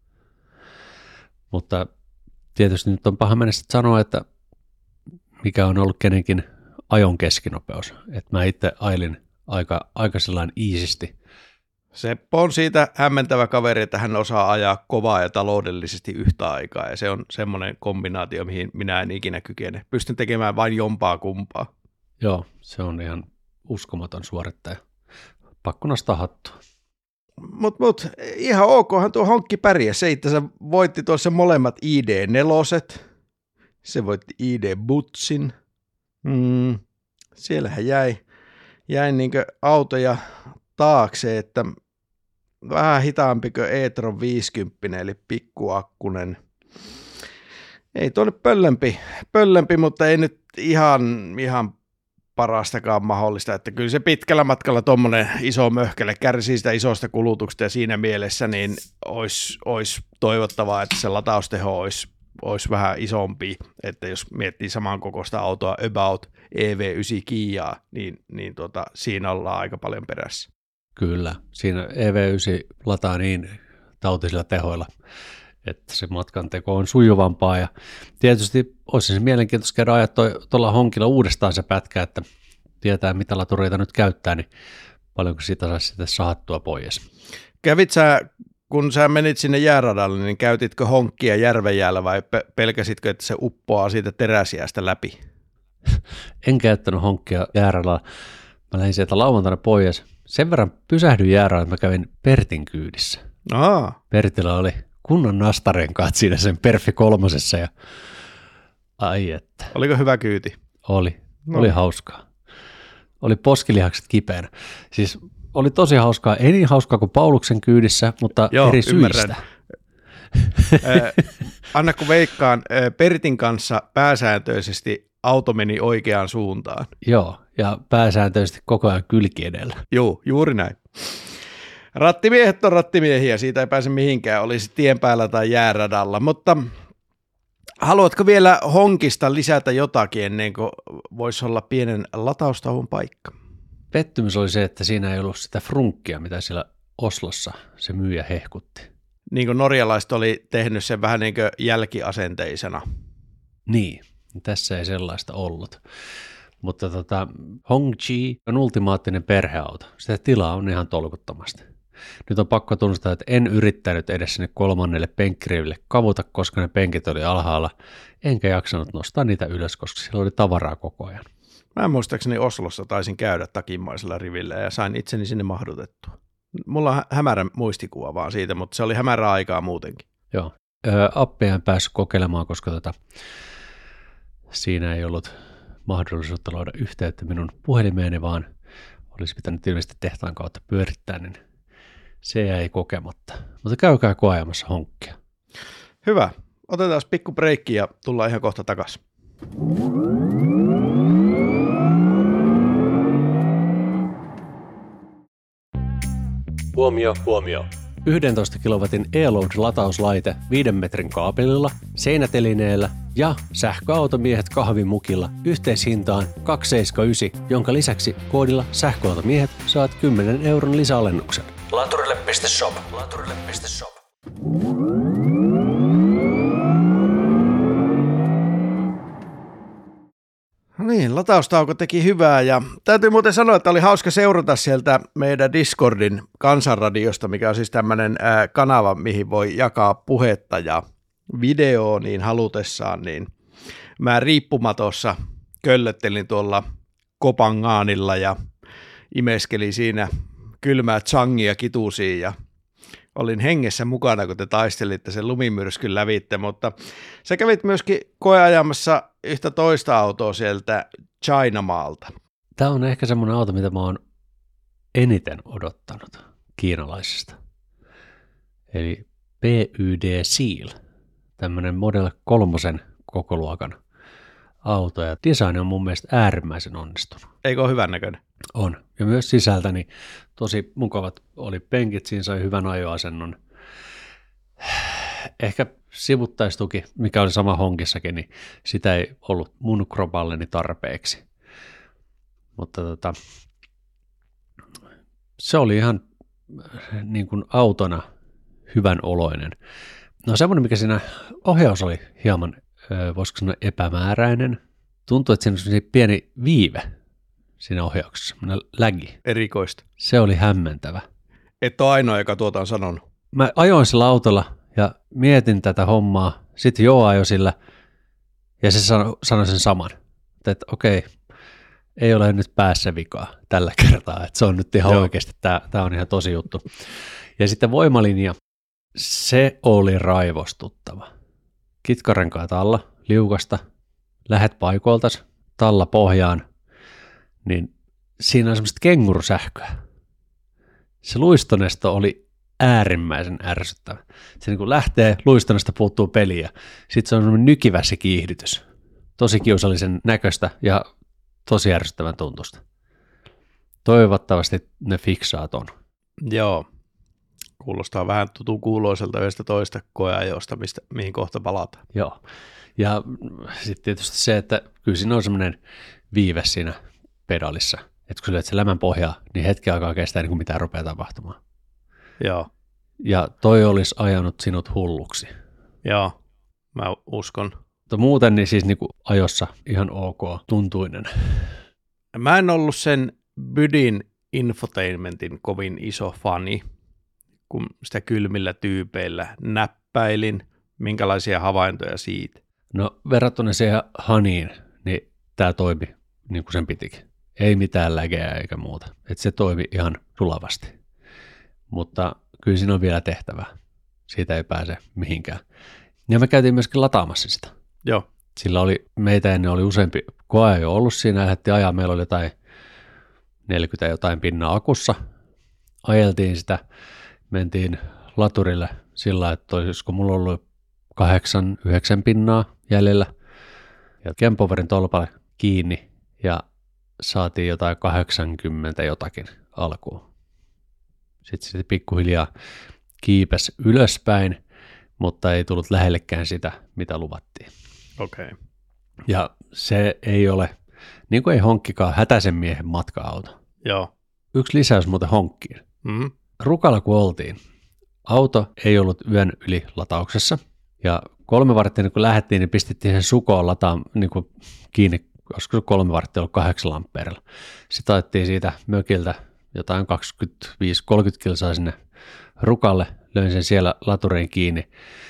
Mutta tietysti nyt on paha mennä sanoa, että mikä on ollut kenenkin ajon keskinopeus. Että mä itse ailin aika, aika sellainen iisisti. Seppo on siitä hämmentävä kaveri, että hän osaa ajaa kovaa ja taloudellisesti yhtä aikaa. Ja se on semmoinen kombinaatio, mihin minä en ikinä kykene. Pystyn tekemään vain jompaa kumpaa. Joo, se on ihan uskomaton suorittaja. Pakko nostaa hattua. Mutta mut, ihan okhan tuo honkki pärjäs. Se itse asiassa voitti tuossa molemmat I D neljä. Se voitti I D Butsin. Mm, siellähän jäi, jäi niinkö autoja taakse, että vähän hitaampi kuin e-tron viisikymmentä, eli pikkuakkunen. Ei tuonne pöllempi, pöllempi, mutta ei nyt ihan, ihan parastakaan mahdollista, että kyllä se pitkällä matkalla tuommoinen iso möhkäle kärsii sitä isosta kulutuksesta ja siinä mielessä niin olisi, olisi toivottavaa, että se latausteho olisi, olisi vähän isompi, että jos miettii samankokoista autoa about E V yhdeksän Kiaa, niin, niin tota, siinä ollaan aika paljon perässä. Kyllä, siinä E V yhdeksän lataa niin tautisilla tehoilla, että se matkan teko on sujuvampaa ja tietysti olisi se mielenkiintoista käydä ajaa tuolla honkilla uudestaan se pätkä, että tietää mitä latureita nyt käyttää, niin paljonko siitä saisi sitten sahattua pois. Kävit sä, kun sä menit sinne jääradalle, niin käytitkö honkkia järvenjäällä vai pelkäsitkö, että se uppoaa siitä teräsjäästä läpi? En käyttänyt honkkia jääradalla. Mä lähdin sieltä lauantaina pois. Sen verran pysähdyin jääradalla, että mä kävin Pertin kyydissä. Aa. Pertillä oli kunnon nastarenkaat siinä sen Perfi kolmosessa ja ai että. Oliko hyvä kyyti? Oli, no. oli hauskaa. Oli poskilihakset kipeänä. Siis oli tosi hauskaa, ei niin hauskaa kuin Pauluksen kyydissä, mutta Joo, eri ymmärrän. syistä. Anna kun veikkaan, Pertin kanssa pääsääntöisesti auto meni oikeaan suuntaan. Joo, ja pääsääntöisesti koko ajan kylki edellä. Joo, juuri näin. Rattimiehet on rattimiehiä, siitä ei pääse mihinkään, olisi tien päällä tai jääradalla, mutta haluatko vielä honkista lisätä jotakin ennen kuin voisi olla pienen lataustauon paikka? Pettymys oli se, että siinä ei ollut sitä frunkkia, mitä siellä Oslossa se myyjä hehkutti. Niin kuin norjalaiset oli tehnyt sen vähän niin kuin jälkiasenteisena. Niin, tässä ei sellaista ollut. Mutta tota, Hongqi on ultimaattinen perheauto. Sitä tilaa on ihan tolkuttomasti. Nyt on pakko tunnustaa, että en yrittänyt edes sinne kolmannelle penkkiriville kavuta, koska ne penkit oli alhaalla, enkä jaksanut nostaa niitä ylös, koska siellä oli tavaraa koko ajan. Mä muistaakseni Oslossa taisin käydä takimaisella rivillä ja sain itseni sinne mahdutettua. Mulla on hämärä muistikuva vaan siitä, mutta se oli hämärää aikaa muutenkin. Joo, öö, appia en päässyt kokeilemaan, koska tota, siinä ei ollut mahdollisuutta luoda yhteyttä minun puhelimeeni, vaan olisi pitänyt ilmeisesti tehtaan kautta pyörittää, niin se jäi kokematta. Mutta käykää koajamassa honkkia. Hyvä. Otetaan pikku breikki ja tullaan ihan kohta takaisin. Huomio, huomio. yksitoista kilowatin e-load-latauslaite viiden metrin kaapelilla, seinätelineellä ja sähköautomiehet kahvimukilla yhteishintaan kaksisataaseitsemänkymmentäyhdeksän, jonka lisäksi koodilla sähköautomiehet saat kymmenen euron lisäalennuksen. Laturille piste shop. Laturille piste shop. No niin, lataustauko teki hyvää ja täytyy muuten sanoa, että oli hauska seurata sieltä meidän Discordin kansanradiosta, mikä on siis tämmöinen ää, kanava, mihin voi jakaa puhetta ja videoa niin halutessaan, niin mä riippumatossa köllöttelin tuolla Kopangaanilla ja imeskelin siinä kylmää changia kitusiin ja olin hengessä mukana, kun te taistelitte sen lumimyrskyn lävitte, mutta sä kävit myöskin koeajamassa yhtä toista autoa sieltä Chinamaalta. Tämä on ehkä semmoinen auto, mitä mä oon eniten odottanut kiinalaisista. Eli P Y D Seal, tämmöinen Model kolmosen kokoluokan auto, ja design on mun mielestä äärimmäisen onnistunut. Eikö ole hyvän näköinen? On. Ja myös sisältä niin tosi mukavat oli penkit, siinä sai hyvän ajoasennon. Ehkä sivuttaistuki, mikä oli sama honkissakin, niin sitä ei ollut mun kropalleni tarpeeksi. Mutta tota, se oli ihan niin kuin autona hyvän oloinen. No semmoinen, mikä siinä ohjaus oli hieman, voisiko sanoa epämääräinen. Tuntui, että siinä oli pieni viive siinä ohjauksessa, semmoinen lägi. Erikoista. Se oli hämmentävä. Et ole ainoa, joka tuota on sanonut. Mä ajoin sillä autolla ja mietin tätä hommaa, sitten Joo ajoi sillä ja se sanoi, sanoi sen saman, että okei, ei ole nyt päässä vikaa tällä kertaa, että se on nyt ihan Joo. oikeasti, tämä, tämä on ihan tosi juttu. Ja sitten voimalinja, se oli raivostuttava. Kitkarenkaat alla, liukasta, lähet paikoiltas, talla pohjaan, niin siinä on semmoista kengurusähköä. Se luistonesto oli äärimmäisen ärsyttävä. Se niin kun lähtee, luistonesta puuttuu peliä. Sitten se on semmoinen nykivä se kiihdytys. Tosi kiusallisen näköistä ja tosi ärsyttävän tuntusta. Toivottavasti ne fiksaa ton. Joo. Kuulostaa vähän tutun kuuloiselta yhdestä toista koeajosta, mistä, mihin kohta palataan. Joo. Ja sitten tietysti se, että kyllä siinä on semmoinen viive siinä pedalissa. Että kun sä lyöt sen lämän pohjaa, niin hetki aikaa kestää, niin kuin mitään rupeaa tapahtumaan. Joo. Ja toi olisi ajanut sinut hulluksi. Joo, mä uskon. Mutta muuten niin siis niin kuin ajossa ihan ok tuntuinen. Mä en ollut sen Bydin infotainmentin kovin iso fani, kun sitä kylmillä tyypeillä näppäilin. Minkälaisia havaintoja siitä? No verrattuna siihen Haniin, niin tämä toimi niin kuin sen pitikin. Ei mitään lägeä eikä muuta. Että se toimi ihan sulavasti. Mutta kyllä siinä on vielä tehtävää. Siitä ei pääse mihinkään. Ja me käytiin myöskin lataamassa sitä. Joo. Sillä oli, meitä ennen oli useampi koe jo ollut siinä ja lähdettiin ajaa. Meillä oli jotain neljäkymmentä jotain pinnaa akussa. Ajeltiin sitä, mentiin laturille sillä, että olisiko mulla ollut kahdeksan, yhdeksän pinnaa jäljellä. Ja Kempoverin tolpalle kiinni ja saatiin jotain kahdeksankymmentä jotakin alkuun. Sitten sitten pikkuhiljaa kiipesi ylöspäin, mutta ei tullut lähellekään sitä, mitä luvattiin. Okei. Okay. Ja se ei ole, niin kuin ei honkkikaan, hätäisen miehen matka-auto. Joo. Yksi lisäys muuten honkkiin. Mm-hmm. Rukalla kun oltiin, auto ei ollut yön yli latauksessa. Ja kolme varttia kun lähdettiin, niin pistettiin sen sukoon lataan niin kuin kiinni, koska kolme varttia ollut kahdeksan ampeerilla. Sitten ajettiin siitä mökiltä jotain kaksikymmentäviisi kolmekymmentä kilsaa sinne rukalle, löin sen siellä laturiin kiinni,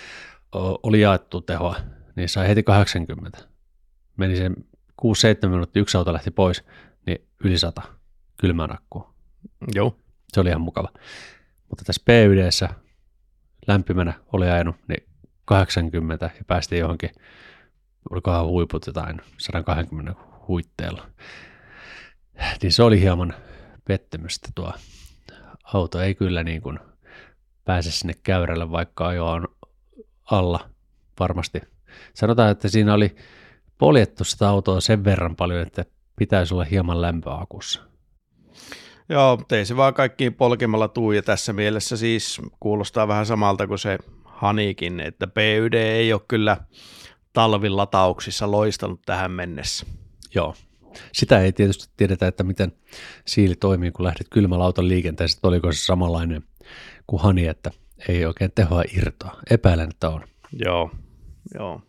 oli jaettu tehoa, niin sai heti kahdeksankymmentä. Meni sen kuusi seitsemän minuuttia, yksi auto lähti pois, niin yli sata kylmään akkuun. Joo. Se oli ihan mukava. Mutta tässä P Y D:ssä lämpimänä oli ajanut niin kahdeksankymmentä ja päästiin johonkin, olikohan huiput jotain sata kaksikymmentä huitteella. Niin se oli hieman pettymystä tuo auto. Ei kyllä niin kuin pääse sinne käyrälle, vaikka ajo on alla varmasti. Sanotaan, että siinä oli poljettu sitä autoa sen verran paljon, että pitäisi olla hieman lämpöä akussa. Joo, ei se vaan kaikkiin polkemalla tuu, ja tässä mielessä siis kuulostaa vähän samalta kuin se Hanikin, että P Y D ei ole kyllä talvilatauksissa loistanut tähän mennessä. Joo, sitä ei tietysti tiedetä, että miten siili toimii, kun lähdet kylmällä auton liikenteeseen, että oliko se samanlainen kuin Hani, että ei oikein tehoa irtoa. Epäilen, että on. Joo, joo.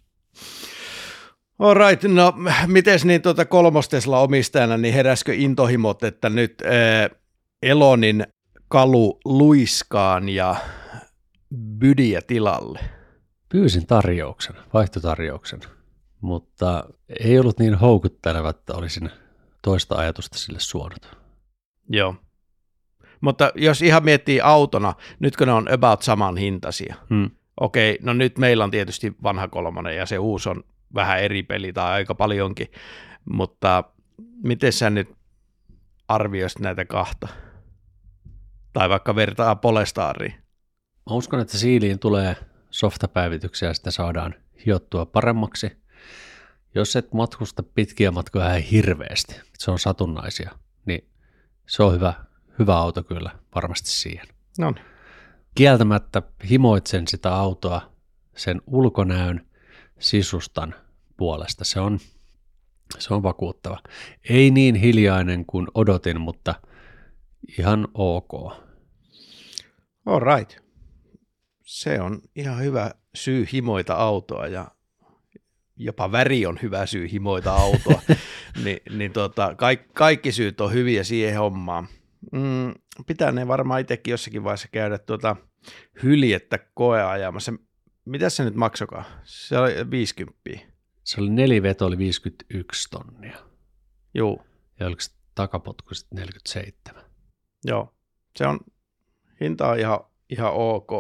All right, no mites niin tuota kolmostesla omistajana, niin heräskö intohimot, että nyt ää, Elonin kalu luiskaan ja Bydiä tilalle? Pyysin tarjouksen, vaihtotarjouksen, mutta ei ollut niin houkutteleva, että olisin toista ajatusta sille suonut. Joo, mutta jos ihan miettii autona, nyt kun ne on about saman hintaisia, hmm. okei, no nyt meillä on tietysti vanha kolmonen ja se uusi on vähän eri peli tai aika paljonkin, mutta miten sä nyt arvioisit näitä kahta? Tai vaikka vertaa Polestariin? Mä uskon, että siiliin tulee softapäivityksiä ja sitä saadaan hiottua paremmaksi. Jos et matkusta pitkiä matkoja ihan hirveästi, se on satunnaisia, niin se on hyvä, hyvä auto kyllä varmasti siihen. No. Kieltämättä himoitsen sitä autoa sen ulkonäön, sisustan puolesta. Se on, se on vakuuttava. Ei niin hiljainen kuin odotin, mutta ihan ok. All right. Se on ihan hyvä syy himoita autoa ja jopa väri on hyvä syy himoita autoa. Ni, niin tota, kaikki, kaikki syyt on hyviä siihen hommaan. Mm, pitää ne varmaan itsekin jossakin vaiheessa käydä tuota hyljettä koeajamassa. Mitä se nyt maksokaa? Se oli viisikymmentä. Se oli neliveto, oli viisikymmentäyksi tonnia. Joo. Ja oliko se takapotku sitten neljäkymmentäseitsemän? Joo, se on, hinta on ihan, ihan ok.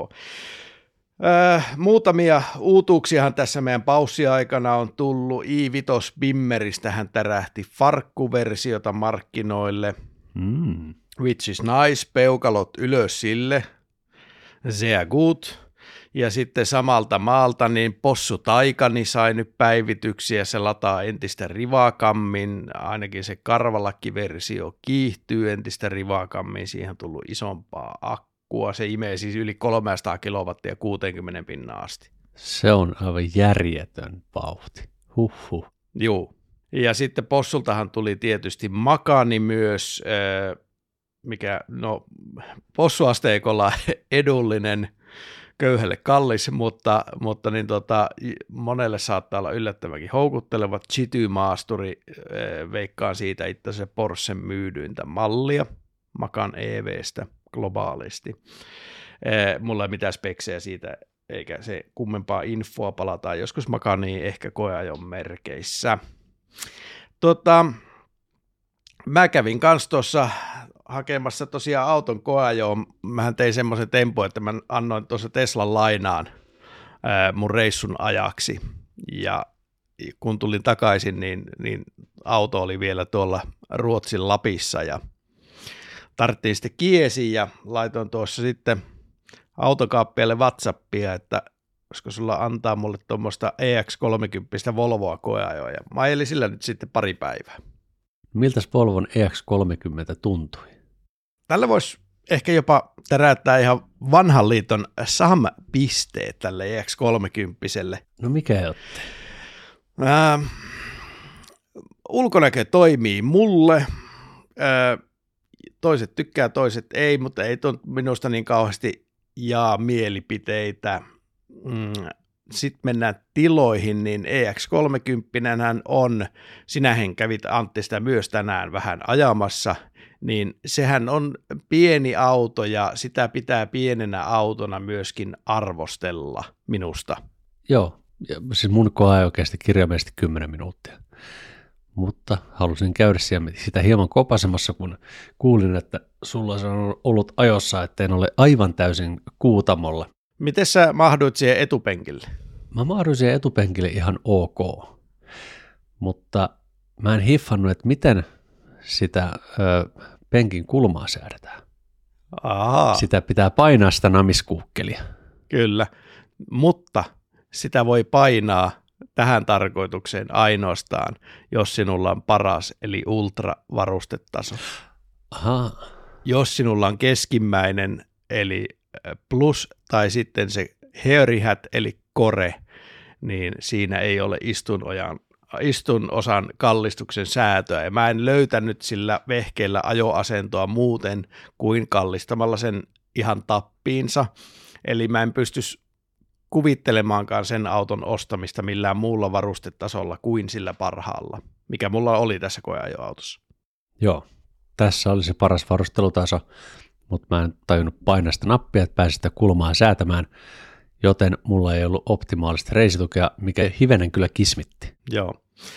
Äh, muutamia uutuuksiahan tässä meidän paussiaikana on tullut. i viisi Bimmeristähän tärähti farkkuversiota markkinoille. Mm. Which is nice, peukalot ylös sille. Sehr gut. Ja sitten samalta maalta niin Possu Taikani sai nyt päivityksiä, se lataa entistä rivakammin, ainakin se karvalakkiversio kiihtyy entistä rivakammin, siihen on tullut isompaa akkua, se imee siis yli kolmesataa kilowattia kuusikymmentä pinnaa asti. Se on aivan järjetön vauhti, huhhuh. Joo, ja sitten Possultahan tuli tietysti Makani myös, mikä no possuasteikolla edullinen, köyhälle kallis, mutta, mutta niin tota, monelle saattaa olla yllättävänkin houkutteleva. Chity-maasturi, veikkaan siitä itse asiassa Porschen myydyintä mallia, Macan E V:stä globaalisti. Mulla ei mitään speksejä siitä, eikä se kummempaa infoa, palataan joskus Macaniin ehkä koeajon merkeissä. Tota, mä kävin kans tuossa hakemassa tosiaan auton koeajoon. Mähän tein semmoisen tempun, että mä annoin tuossa Teslan lainaan ää, mun reissun ajaksi. Ja kun tulin takaisin, niin, niin auto oli vielä tuolla Ruotsin Lapissa ja tarvittiin sitten kiesiin ja laitoin tuossa sitten autokaappialle WhatsAppia, että koska sulla antaa mulle tuommoista E X kolmekymmentä Volvoa koeajoa. Ja mä ajelin sillä nyt sitten pari päivää. Miltäs Volvon E X kolmekymmentä tuntui? Tällä voisi ehkä jopa täräyttää ihan vanhan liiton S A M-pisteet tälle E X kolmekymmentä. No mikä otti? Äh, ulkonäkö toimii mulle. Äh, toiset tykkää, toiset ei, mutta ei tuon minusta niin kauheasti jaa mielipiteitä. Mm. Sitten mennään tiloihin, niin E X kolmekymmentä on, sinähän kävit Antti sitä myös tänään vähän ajamassa, niin sehän on pieni auto ja sitä pitää pienenä autona myöskin arvostella minusta. Joo, siis mun koeajo kesti kirjaimellisesti kymmenen minuuttia, mutta halusin käydä sitä hieman kopasemassa, kun kuulin, että sulla on ollut ajossa, että en ole aivan täysin kuutamolla. Miten sä mahduit siihen etupenkille? Mä mahduin siihen etupenkille ihan ok, mutta mä en hiffannut, että miten sitä ö, penkin kulmaa säädetään. Aha. Sitä pitää painaa sitä namiskuukkelia. Kyllä, mutta sitä voi painaa tähän tarkoitukseen ainoastaan, jos sinulla on paras eli ultravarustetaso. Aha. Jos sinulla on keskimmäinen eli plus tai sitten se heurihat eli kore, niin siinä ei ole istunojan, istunosan kallistuksen säätöä. Ja mä en löytänyt sillä vehkeellä ajoasentoa muuten kuin kallistamalla sen ihan tappiinsa. Eli mä en pysty kuvittelemaankaan sen auton ostamista millään muulla varustetasolla kuin sillä parhaalla, mikä mulla oli tässä koeajoautossa. Joo, tässä oli se paras varustelutaso, mutta mä en tajunnut painaa sitä nappia, että pääsin sitä kulmaa säätämään, joten mulla ei ollut optimaalista reisitukea, mikä hivenen kyllä kismitti. Joo.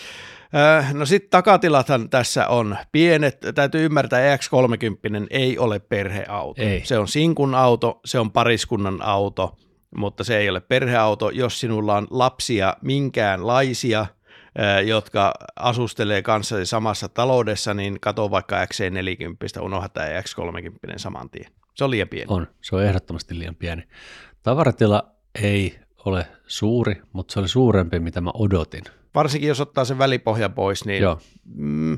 No sitten takatilathan tässä on pienet, täytyy ymmärtää, E X kolmekymmentä ei ole perheauto. Ei. Se on sinkun auto, se on pariskunnan auto, mutta se ei ole perheauto. Jos sinulla on lapsia minkäänlaisia, jotka asustelee kanssasi samassa taloudessa, niin kato vaikka X C neljäkymmentä, unohda tämä E X kolmekymmentä saman tien. Se on liian pieni. On, se on ehdottomasti liian pieni. Tavaratila ei ole suuri, mutta se oli suurempi, mitä mä odotin. Varsinkin jos ottaa sen välipohja pois, niin mm,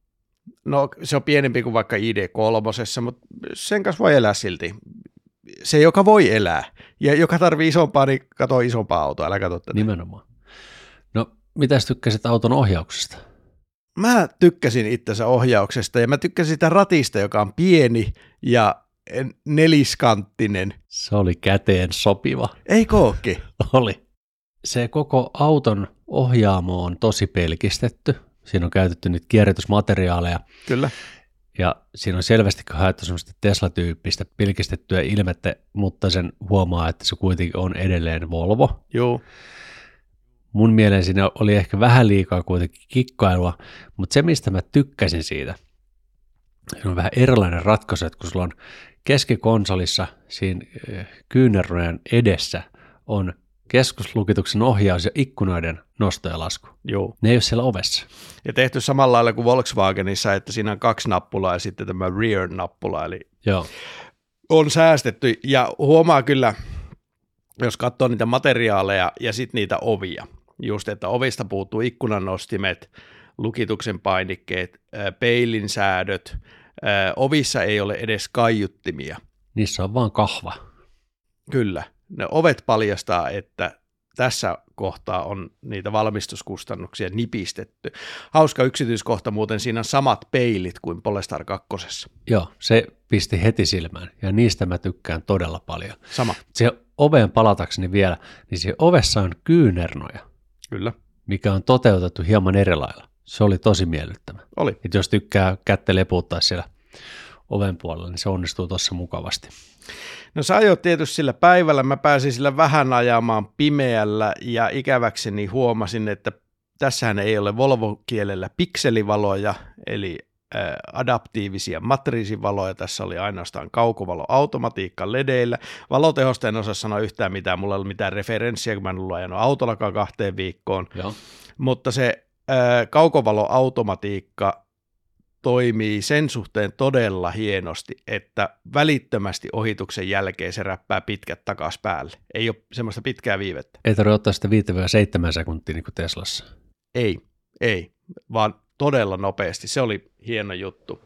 no, se on pienempi kuin vaikka I D kolme, mutta sen kanssa voi elää silti. Se, joka voi elää ja joka tarvii isompaa, niin kato isompaa autoa, älä katso tätä. Nimenomaan. No, mitäs tykkäsit auton ohjauksesta? Mä tykkäsin itsensä ohjauksesta ja mä tykkäsin sitä ratista, joka on pieni ja neliskanttinen. Se oli käteen sopiva. Ei kookki. Oli. Se koko auton ohjaamo on tosi pelkistetty. Siinä on käytetty nyt kierrätysmateriaaleja. Kyllä. Ja siinä on selvästi haettu semmoista Tesla-tyyppistä pilkistettyä ilmettä, mutta sen huomaa, että se kuitenkin on edelleen Volvo. Joo. Mun mielestä siinä oli ehkä vähän liikaa kuitenkin kikkailua, mutta se, mistä mä tykkäsin siitä, on vähän erilainen ratkaisu, että kun sulla on keskikonsolissa siinä kyynärrojen edessä on keskuslukituksen ohjaus ja ikkunoiden nosto ja lasku. Joo. Ne ei ole siellä ovessa. Ja tehty samalla lailla kuin Volkswagenissa, että siinä on kaksi nappulaa ja sitten tämä rear-nappula, eli Joo. on säästetty. Ja huomaa kyllä, jos katsoo niitä materiaaleja ja sitten niitä ovia, just että ovista puuttuu ikkunan nostimet, lukituksen painikkeet, peilin säädöt, ovissa ei ole edes kaiuttimia. Niissä on vaan kahva. Kyllä. Ne ovet paljastaa, että tässä kohtaa on niitä valmistuskustannuksia nipistetty. Hauska yksityiskohta muuten, siinä on samat peilit kuin Polestar kakkosessa. Joo, se pisti heti silmään ja niistä mä tykkään todella paljon. Sama. Se oveen palatakseni vielä, niin se ovessa on kyynärnoja. Kyllä. Mikä on toteutettu hieman eri lailla. Se oli tosi miellyttävä. Oli. Et jos tykkää kättä leputtaa siellä oven puolella, niin se onnistuu tuossa mukavasti. No sä ajoit tietysti sillä päivällä, mä pääsin sillä vähän ajamaan pimeällä ja ikäväkseni huomasin, että tässähän ei ole Volvo-kielellä pikselivaloja, eli äh, adaptiivisia matriisivaloja, tässä oli ainoastaan kaukovaloautomatiikka ledeillä. Valotehosta en osaa sanoa yhtään mitään, mulla ei ole mitään referenssiä, kun mä en ollut ajanut autollakaan kahteen viikkoon, Joo. mutta se äh, kaukovaloautomatiikka toimii sen suhteen todella hienosti, että välittömästi ohituksen jälkeen se räppää pitkät takas päälle. Ei ole semmoista pitkää viivettä. Ei tarvitse ottaa sitä viisi seitsemän sekuntia niin kuin Teslassa. Ei, ei, vaan todella nopeasti. Se oli hieno juttu.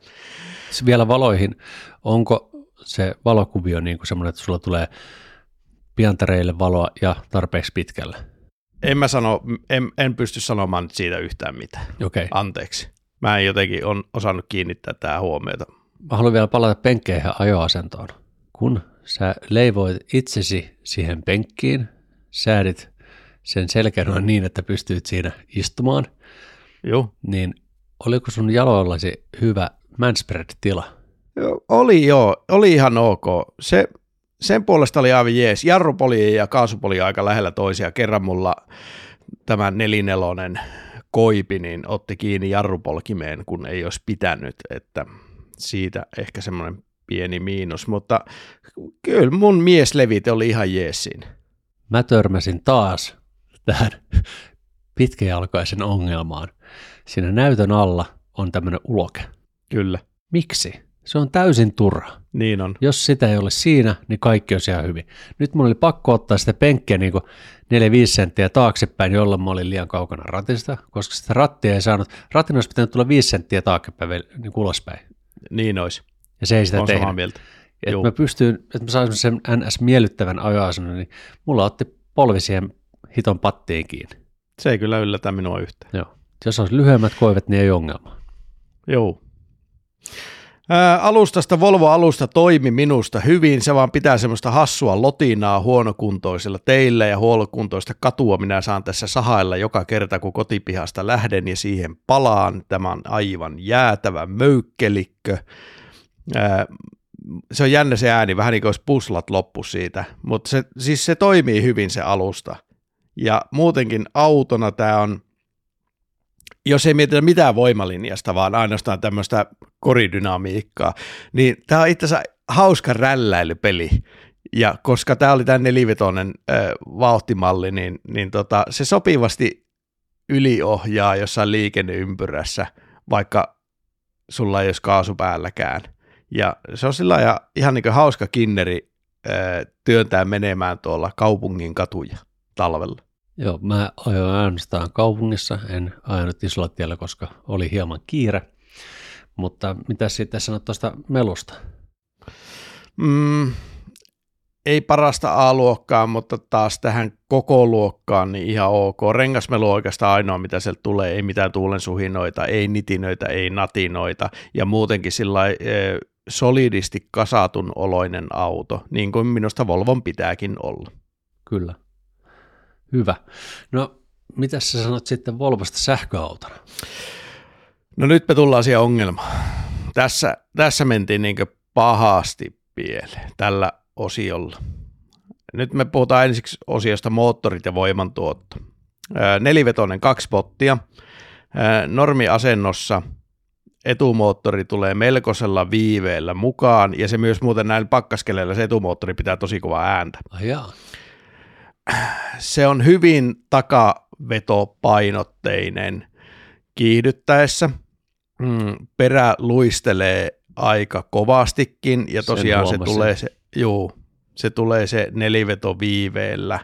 Vielä valoihin. Onko se valokuvio niin kuin semmoinen, että sulla tulee piantareille valoa ja tarpeeksi pitkällä? En mä sano, en, en pysty sanomaan nyt siitä yhtään mitään. Okei. Anteeksi. Mä en jotenkin on osannut kiinnittää tähän huomiota. Mä haluan vielä palata penkkeihin ja ajoasentoon. Kun sä leivoit itsesi siihen penkkiin, säädit sen selkänoin niin, että pystyit siinä istumaan, Joo. niin oliko sun jaloillasi hyvä manspread-tila? Oli joo, oli ihan ok. Se, sen puolesta oli aivan jees. Jarrupoli ja kaasupoli aika lähellä toisia. Kerran mulla tämä nelinelonen koipi, niin otti kiinni jarrupolkimeen, kun ei olisi pitänyt, että siitä ehkä semmoinen pieni miinus, mutta kyllä mun mieslevit oli ihan jees siinä. Mä törmäsin taas tähän pitkäjalkaisen ongelmaan. siinä näytön alla on tämmöinen uloke. Kyllä. Miksi? Se on täysin turha. Niin on. Jos sitä ei ole siinä, niin kaikki on ihan hyvin. Nyt mun oli pakko ottaa sitä penkkiä niin neljä viisi senttiä taaksepäin, jolloin mä olin liian kaukana ratista, koska sitä rattia ei saanut. Ratin olisi pitänyt tulla viisi senttiä taaksepäin niin ulospäin. Niin olisi. Ja se ei sitä on tehnyt. samaa mieltä. Että mä pystyin, että mä saisin sen N S-miellyttävän ajoasennon, niin mulla otti polvi siihen hiton pattiin kiinni. Se ei kyllä yllätä minua yhtään. Joo. Jos olisi lyhyemmät koivet, niin ei ongelma. Joo. Ää, alustasta, Volvo-alusta toimi minusta hyvin, se vaan pitää semmoista hassua lotinaa huonokuntoisilla teillä ja huonokuntoista katua minä saan tässä sahailla joka kerta, kun kotipihasta lähden ja siihen palaan. Tämä on aivan jäätävä möykkelikkö. Ää, se on jännä se ääni, vähän niin kuin olisi puslat loppu siitä, mutta se, siis se toimii hyvin se alusta. Ja muutenkin autona tämä on, jos ei mietitä mitään voimalinjasta, vaan ainoastaan tämmöistä koridynamiikkaa, niin tämä on itse asiassa hauska rälläilypeli. Ja koska tämä oli tämä nelivetoinen äh, vauhtimalli, niin, niin tota, se sopivasti yliohjaa jossain liikenneympyrässä, vaikka sulla ei olisi kaasu päälläkään. Ja se on sillä lailla ihan niin kuin hauska kinneri äh, työntää menemään tuolla kaupungin katuja talvella. Joo, mä ajoin ainoastaan kaupungissa, en ajanut isolla tiellä, koska oli hieman kiire. Mutta mitä sitten sanot tuosta melusta? Mm, ei parasta A-luokkaa, mutta taas tähän koko luokkaan niin ihan ok. Rengasmelu on oikeastaan ainoa, mitä sieltä tulee. Ei mitään tuulensuhinoita, ei nitinöitä, ei natinoita ja muutenkin sillai, e, solidisti kasatun oloinen auto, niin kuin minusta Volvon pitääkin olla. Kyllä. Hyvä. No, mitä sä sanot sitten Volvosta sähköautona? No nyt me tullaan siihen ongelmaan. Tässä, tässä mentiin niin kuin pahasti pieleen tällä osiolla. Nyt me puhutaan ensiksi osiosta moottorit ja voimantuotto. Nelivetoinen kaksi pottia. Normiasennossa etumoottori tulee melkoisella viiveellä mukaan, ja se myös muuten näillä pakkaskeleillä se etumoottori pitää tosi kovaa ääntä. Ah, jaa. Se on hyvin takavetopainotteinen kiihdyttäessä. Mm, perä luistelee aika kovastikin, ja tosiaan se tulee se, juu, se tulee se neliveto viiveellä.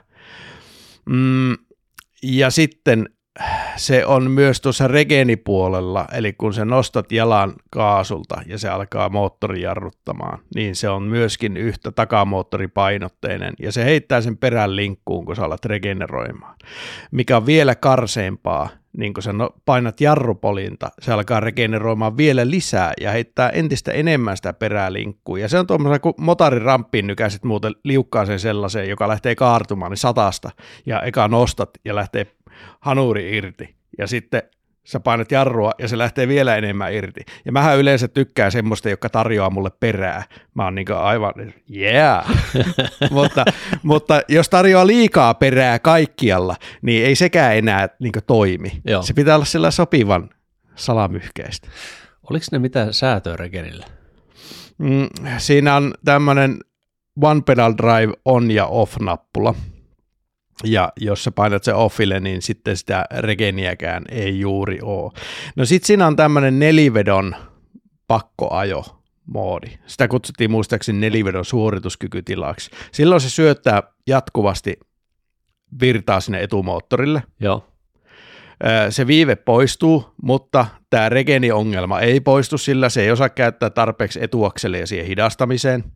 Mm, ja sitten se on myös tuossa regeenipuolella, eli kun sä nostat jalan kaasulta ja se alkaa moottori jarruttamaan, niin se on myöskin yhtä takamoottoripainotteinen, ja se heittää sen perän linkkuun, kun sä alat regeneroimaan. Mikä on vielä karseempaa, niin kun sä painat jarrupolinta, se alkaa regeneroimaan vielä lisää ja heittää entistä enemmän sitä perää linkkuun. Ja se on tuommoisen, kun motoriramppiin nykäiset muuten liukkaaseen sellaiseen, joka lähtee kaartumaan, niin satasta, ja eka nostat ja lähtee hanuri irti, ja sitten sä painat jarrua, ja se lähtee vielä enemmän irti. Ja mähän yleensä tykkään semmoista, joka tarjoaa mulle perää. Mä oon niinku aivan, yeah! mutta, mutta jos tarjoaa liikaa perää kaikkialla, niin ei sekään enää niinku toimi. Joo. Se pitää olla sillä sopivan salamyhkeistä. Oliko ne mitään säätöä regenillä? Mm, siinä on tämmöinen one pedal drive on ja off nappula. Ja jos sä painat se offille, niin sitten sitä regeniäkään ei juuri ole. No sit siinä on tämmöinen nelivedon pakkoajo-moodi. Sitä kutsuttiin muistaakseni nelivedon suorituskykytilaksi. Silloin se syöttää jatkuvasti virtaa sinne etumoottorille. Joo. Se viive poistuu, mutta tämä regeni-ongelma ei poistu, sillä se ei osaa käyttää tarpeeksi etuakselia siihen hidastamiseen.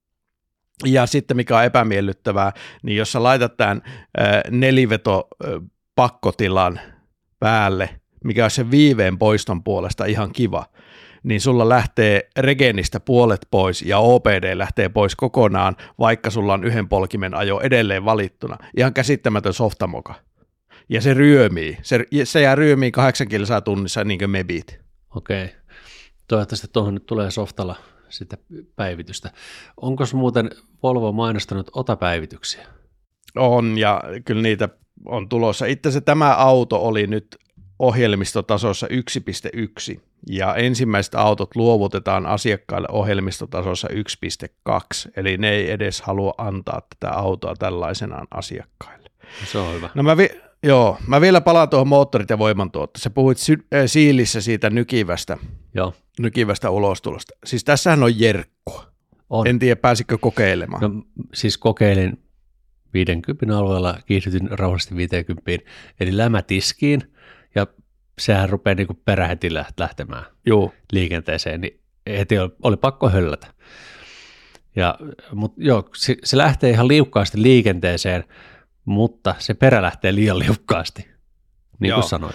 Ja sitten mikä on epämiellyttävää, niin jos sä laitat tämän neliveto pakkotilan päälle, mikä on sen viiveen poiston puolesta ihan kiva, niin sulla lähtee regenistä puolet pois ja O P D lähtee pois kokonaan, vaikka sulla on yhden polkimen ajo edelleen valittuna. Ihan käsittämätön softamoka. Ja se ryömii. Se, se jää ryömiin kahdeksan kilsaa tunnissa niin kuin mebit. Okei. Toivottavasti tuohon nyt tulee softalla sitä päivitystä. Onko muuten Volvo mainostanut otapäivityksiä? On, ja kyllä niitä on tulossa. Itse asiassa tämä auto oli nyt ohjelmistotasossa yksi piste yksi, ja ensimmäiset autot luovutetaan asiakkaille ohjelmistotasossa yksi piste kaksi, eli ne ei edes halua antaa tätä autoa tällaisenaan asiakkaille. Se on hyvä. No mä, vi- Joo, mä vielä palaan tuohon moottorit ja voimantuotto. Sä puhuit sy- äh, siilissä siitä nykivästä, Joo. nykivästä ulostulosta. Siis tässähän on jerkkua. On. En tiedä, pääsikö kokeilemaan. No, siis kokeilin viidenkymmenen alueella, kiihdytin rauhallisesti viisikymmentä, eli lämä tiskiin, ja sehän rupeaa niin kuin perä heti lähtemään Joo. liikenteeseen, niin heti oli, oli pakko höllätä. Ja, mutta joo, se, se lähtee ihan liukkaasti liikenteeseen, mutta se perä lähtee liian liukkaasti, niin kuin sanoit.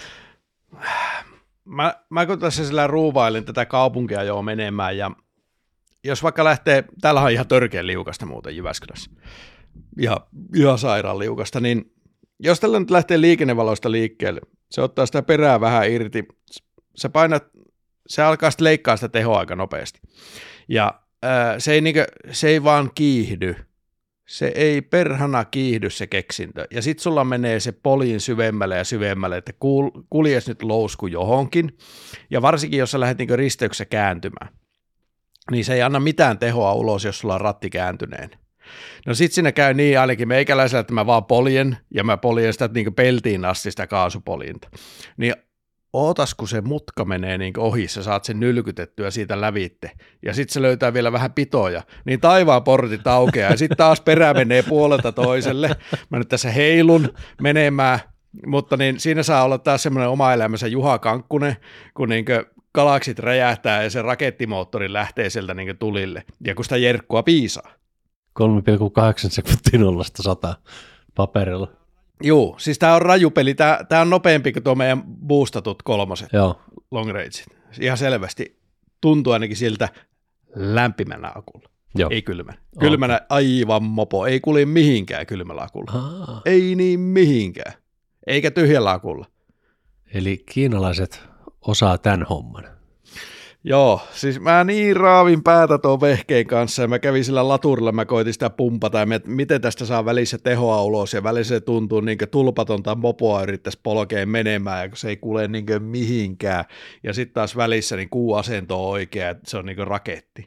Mä, mä kun tässä sillä ruuvailin tätä kaupunkia jo menemään, ja jos vaikka lähtee, täällä on ihan törkeän liukasta muuten Jyväskylässä, ja ihan sairaan liukasta, niin jos tällä nyt lähtee liikennevaloista liikkeelle, se ottaa sitä perää vähän irti, se painat, se alkaa sitten leikkaa sitä tehoa aika nopeasti, ja ää, se, ei niinkö, se ei vaan kiihdy, se ei perhana kiihdy se keksintö, ja sit sulla menee se poliin syvemmälle ja syvemmälle, että kul, kuljes nyt lousku johonkin, ja varsinkin jos sä lähdet niinkö risteyksessä kääntymään, niin se ei anna mitään tehoa ulos, jos sulla on ratti kääntyneen. No sit siinä käy niin ainakin meikäläisellä, että mä vaan poljen, ja mä poljen sitä niin peltiin asti sitä kaasupoljinta. Niin ootas, kun se mutka menee niin ohi, sä saat sen nylkytettyä siitä lävitte, ja sit se löytää vielä vähän pitoja, niin taivaan portit aukeaa, ja sit taas perä menee puolelta toiselle. Mä nyt tässä heilun menemään, mutta niin siinä saa olla taas semmoinen oma elämänsä Juha Kankkunen, kun niinkö galaksit räjähtää ja se rakettimoottori lähtee sieltä niin tulille, ja kun sitä jerkkua piisaa. kolme pilkku kahdeksan sekuntia nollasta sata paperilla. Joo, siis tää on rajupeli, tää, tää on nopeampi kuin tuo meidän boostatut kolmoset, Joo. long rangeit. Ihan selvästi tuntuu ainakin siltä lämpimänä akulla, Joo. ei kylmänä. Kylmänä okay. Aivan mopo, ei kulje mihinkään kylmällä akulla. Aa. Ei niin mihinkään, eikä tyhjällä akulla. Eli kiinalaiset osaa tämän homman. Joo, siis mä niin raavin päätä tuon vehkeen kanssa, ja mä kävin sillä laturilla, mä koitin sitä pumpata, ja miten tästä saa välissä tehoa ulos, ja välissä se tuntuu niin kuin tulpatonta mopoa yrittäisi polkeen menemään, ja kun se ei kulje niin kuin mihinkään, ja sitten taas välissä niin kuuasento on oikea, että se on niin kuin raketti.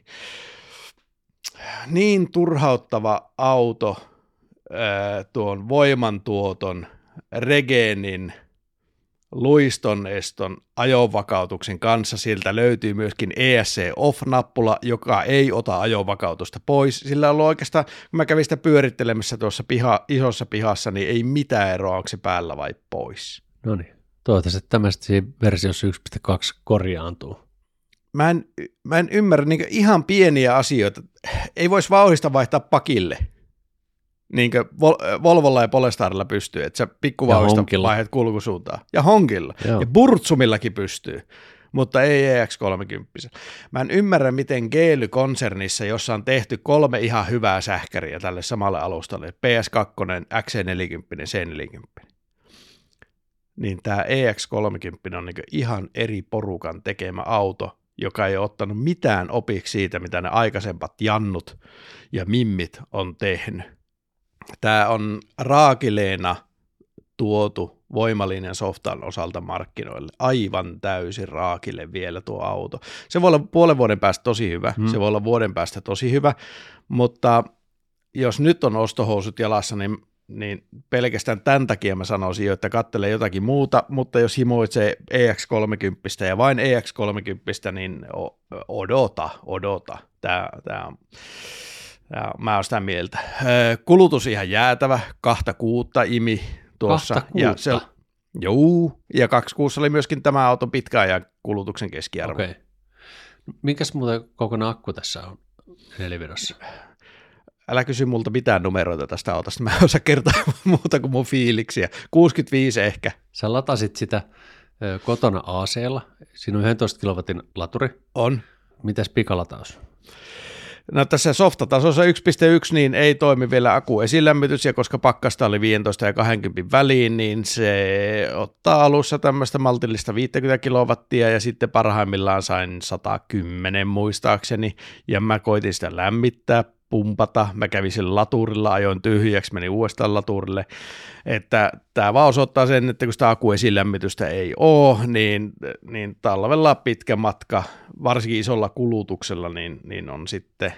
Niin turhauttava auto ää, tuon voimantuoton, regeenin, luiston eston ajonvakautuksen kanssa, siltä löytyy myöskin E S C off-nappula, joka ei ota ajonvakautusta pois. Sillä on ollut oikeastaan, kun mä kävin sitä pyörittelemässä tuossa piha, isossa pihassa, niin ei mitään eroa, onko se päällä vai pois. No niin, toivottavasti tämmöistä versiossa yksi piste kaksi korjaantuu. Mä en, mä en ymmärrä niin ihan pieniä asioita. Ei voisi vauhdista vaihtaa pakille. Niin kuin Volvolla ja Polestarilla pystyy, että sä pikkuvauhista vaihdat kulkusuuntaan. Ja Honkilla. Joo. Ja Burtsumillakin pystyy, mutta ei E X kolmekymmentä. Mä en ymmärrä, miten Geely-konsernissa, jossa on tehty kolme ihan hyvää sähkäriä tälle samalle alustalle, P S kaksi, X C neljäkymmentä, C neljäkymmentä, niin tämä E X kolmekymmentä on niin ihan eri porukan tekemä auto, joka ei ole ottanut mitään opiksi siitä, mitä ne aikaisempat jannut ja mimmit on tehnyt. Tämä on raakileena tuotu voimalinjan softan osalta markkinoille. Aivan täysin raakille vielä tuo auto. Se voi olla puolen vuoden päästä tosi hyvä, hmm. se voi olla vuoden päästä tosi hyvä, mutta jos nyt on ostohousut jalassa, niin, niin pelkästään tämän takia mä sanoisin jo, että katsele jotakin muuta, mutta jos himoitsee E X kolmekymmentä ja vain E X kolmekymmentä, niin odota, odota. Tämä, tämä on... Ja mä oon sitä mieltä. Kulutus ihan jäätävä, kahta kuutta imi tuossa. Kahta kuutta? Ja se, juu, ja kaksi kuussa oli myöskin tämä auton pitkäajan kulutuksen keskiarvo. Okei. Minkäs muuten kokonaan akku tässä on nelivedossa? Älä kysy multa mitään numeroita tästä autosta, mä en osaa kertoa muuta kuin mun fiiliksiä. kuusikymmentäviisi ehkä. Sä latasit sitä kotona A C:lla, siinä on yksitoista kilowatin laturi. On. Mitäs pikalataus? No tässä softatasossa yksi pilkku yksi niin ei toimi vielä akku esilämmitys, ja koska pakkasta oli viisitoista ja kaksikymmentä väliin, niin se ottaa alussa tämmöistä maltillista viisikymmentä kilowattia, ja sitten parhaimmillaan sain sata kymmenen muistaakseni, ja mä koitin sitä lämmittää, pumpata, mä kävin sillä laturilla, ajoin tyhjäksi, menin uudestaan laturille, että tämä vaan osoittaa sen, että kun sitä akuesilämmitystä ei ole, niin, niin talvella pitkä matka, varsinkin isolla kulutuksella, niin, niin on sitten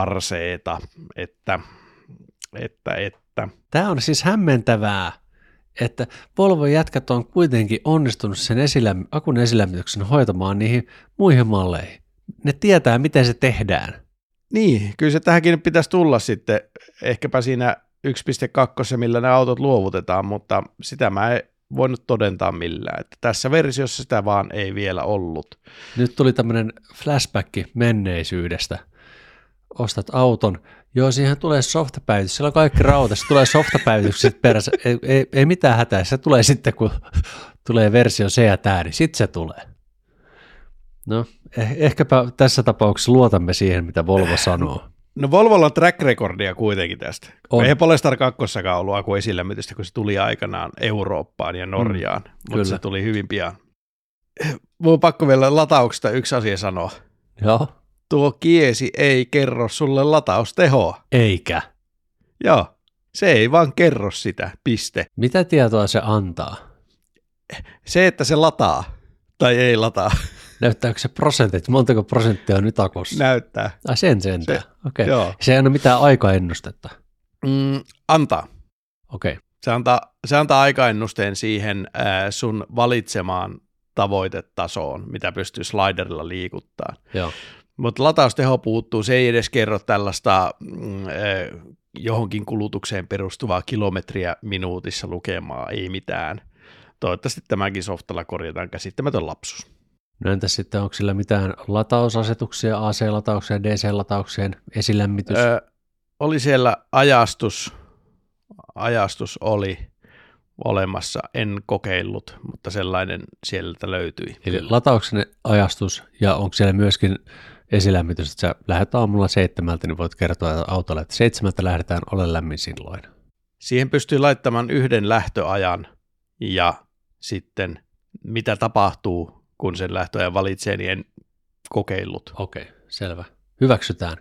karseeta, että, että, että. Tämä on siis hämmentävää, että Volvon jätkät on kuitenkin onnistunut sen esilämm- akun esilämmityksen hoitamaan niihin muihin malleihin. Ne tietää, miten se tehdään. Niin, kyllä se tähänkin pitäisi tulla sitten, ehkäpä siinä yksi pilkku kaksi, millä ne autot luovutetaan, mutta sitä mä en voinut todentaa millään. Että tässä versiossa sitä vaan ei vielä ollut. Nyt tuli tämmöinen flashback menneisyydestä. Ostat auton, joo, siihen tulee softapäivitys, siellä on kaikki rauta, se tulee softapäivitykset perässä, ei, ei, ei mitään hätää, se tulee sitten, kun tulee versio se ja tämä, niin sitten se tulee. No, eh, ehkäpä tässä tapauksessa luotamme siihen, mitä Volvo sanoo. No Volvolla on track recordia kuitenkin tästä. On. Ei Polestar kakkossakaan ollut akun esilämmitystä, kun se tuli aikanaan Eurooppaan ja Norjaan, mm, mutta kyllä. Se tuli hyvin pian. Mun on pakko vielä latauksesta yksi asia sanoa. Joo. Tuo kiesi ei kerro sulle lataustehoa. Eikä. Joo, se ei vaan kerro sitä, piste. Mitä tietoa se antaa? Se, että se lataa tai ei lataa. Näyttääkö se prosentit? Montako prosenttia on nyt akussa? Näyttää. Ai sen sentään. Se, Okei. joo. Se ei anna mitään aikaennustetta. Mm, antaa. Okei. Se antaa, se antaa aikaennusteen siihen äh, sun valitsemaan tavoitetasoon, mitä pystyy sliderilla liikuttaa. Joo. Mutta latausteho puuttuu, se ei edes kerro tällaista mm, eh, johonkin kulutukseen perustuvaa kilometriä minuutissa lukemaa, ei mitään. Toivottavasti tämäkin softalla korjataan, käsittämätön lapsus. No entäs sitten, onko sillä mitään latausasetuksia, A C-latauksia, D C-latauksien esilämmitys? Ö, oli siellä ajastus, ajastus oli olemassa, en kokeillut, mutta sellainen sieltä löytyi. Eli latauksen ajastus, ja onko siellä myöskin esilämmitys, että sä lähdet aamulla seitsemältä, niin voit kertoa autolle, että seitsemältä lähdetään, ole lämmin silloin. Siihen pystyy laittamaan yhden lähtöajan, ja sitten mitä tapahtuu, kun sen lähtöajan valitsee, niin en kokeillut. Okei, selvä. Hyväksytään.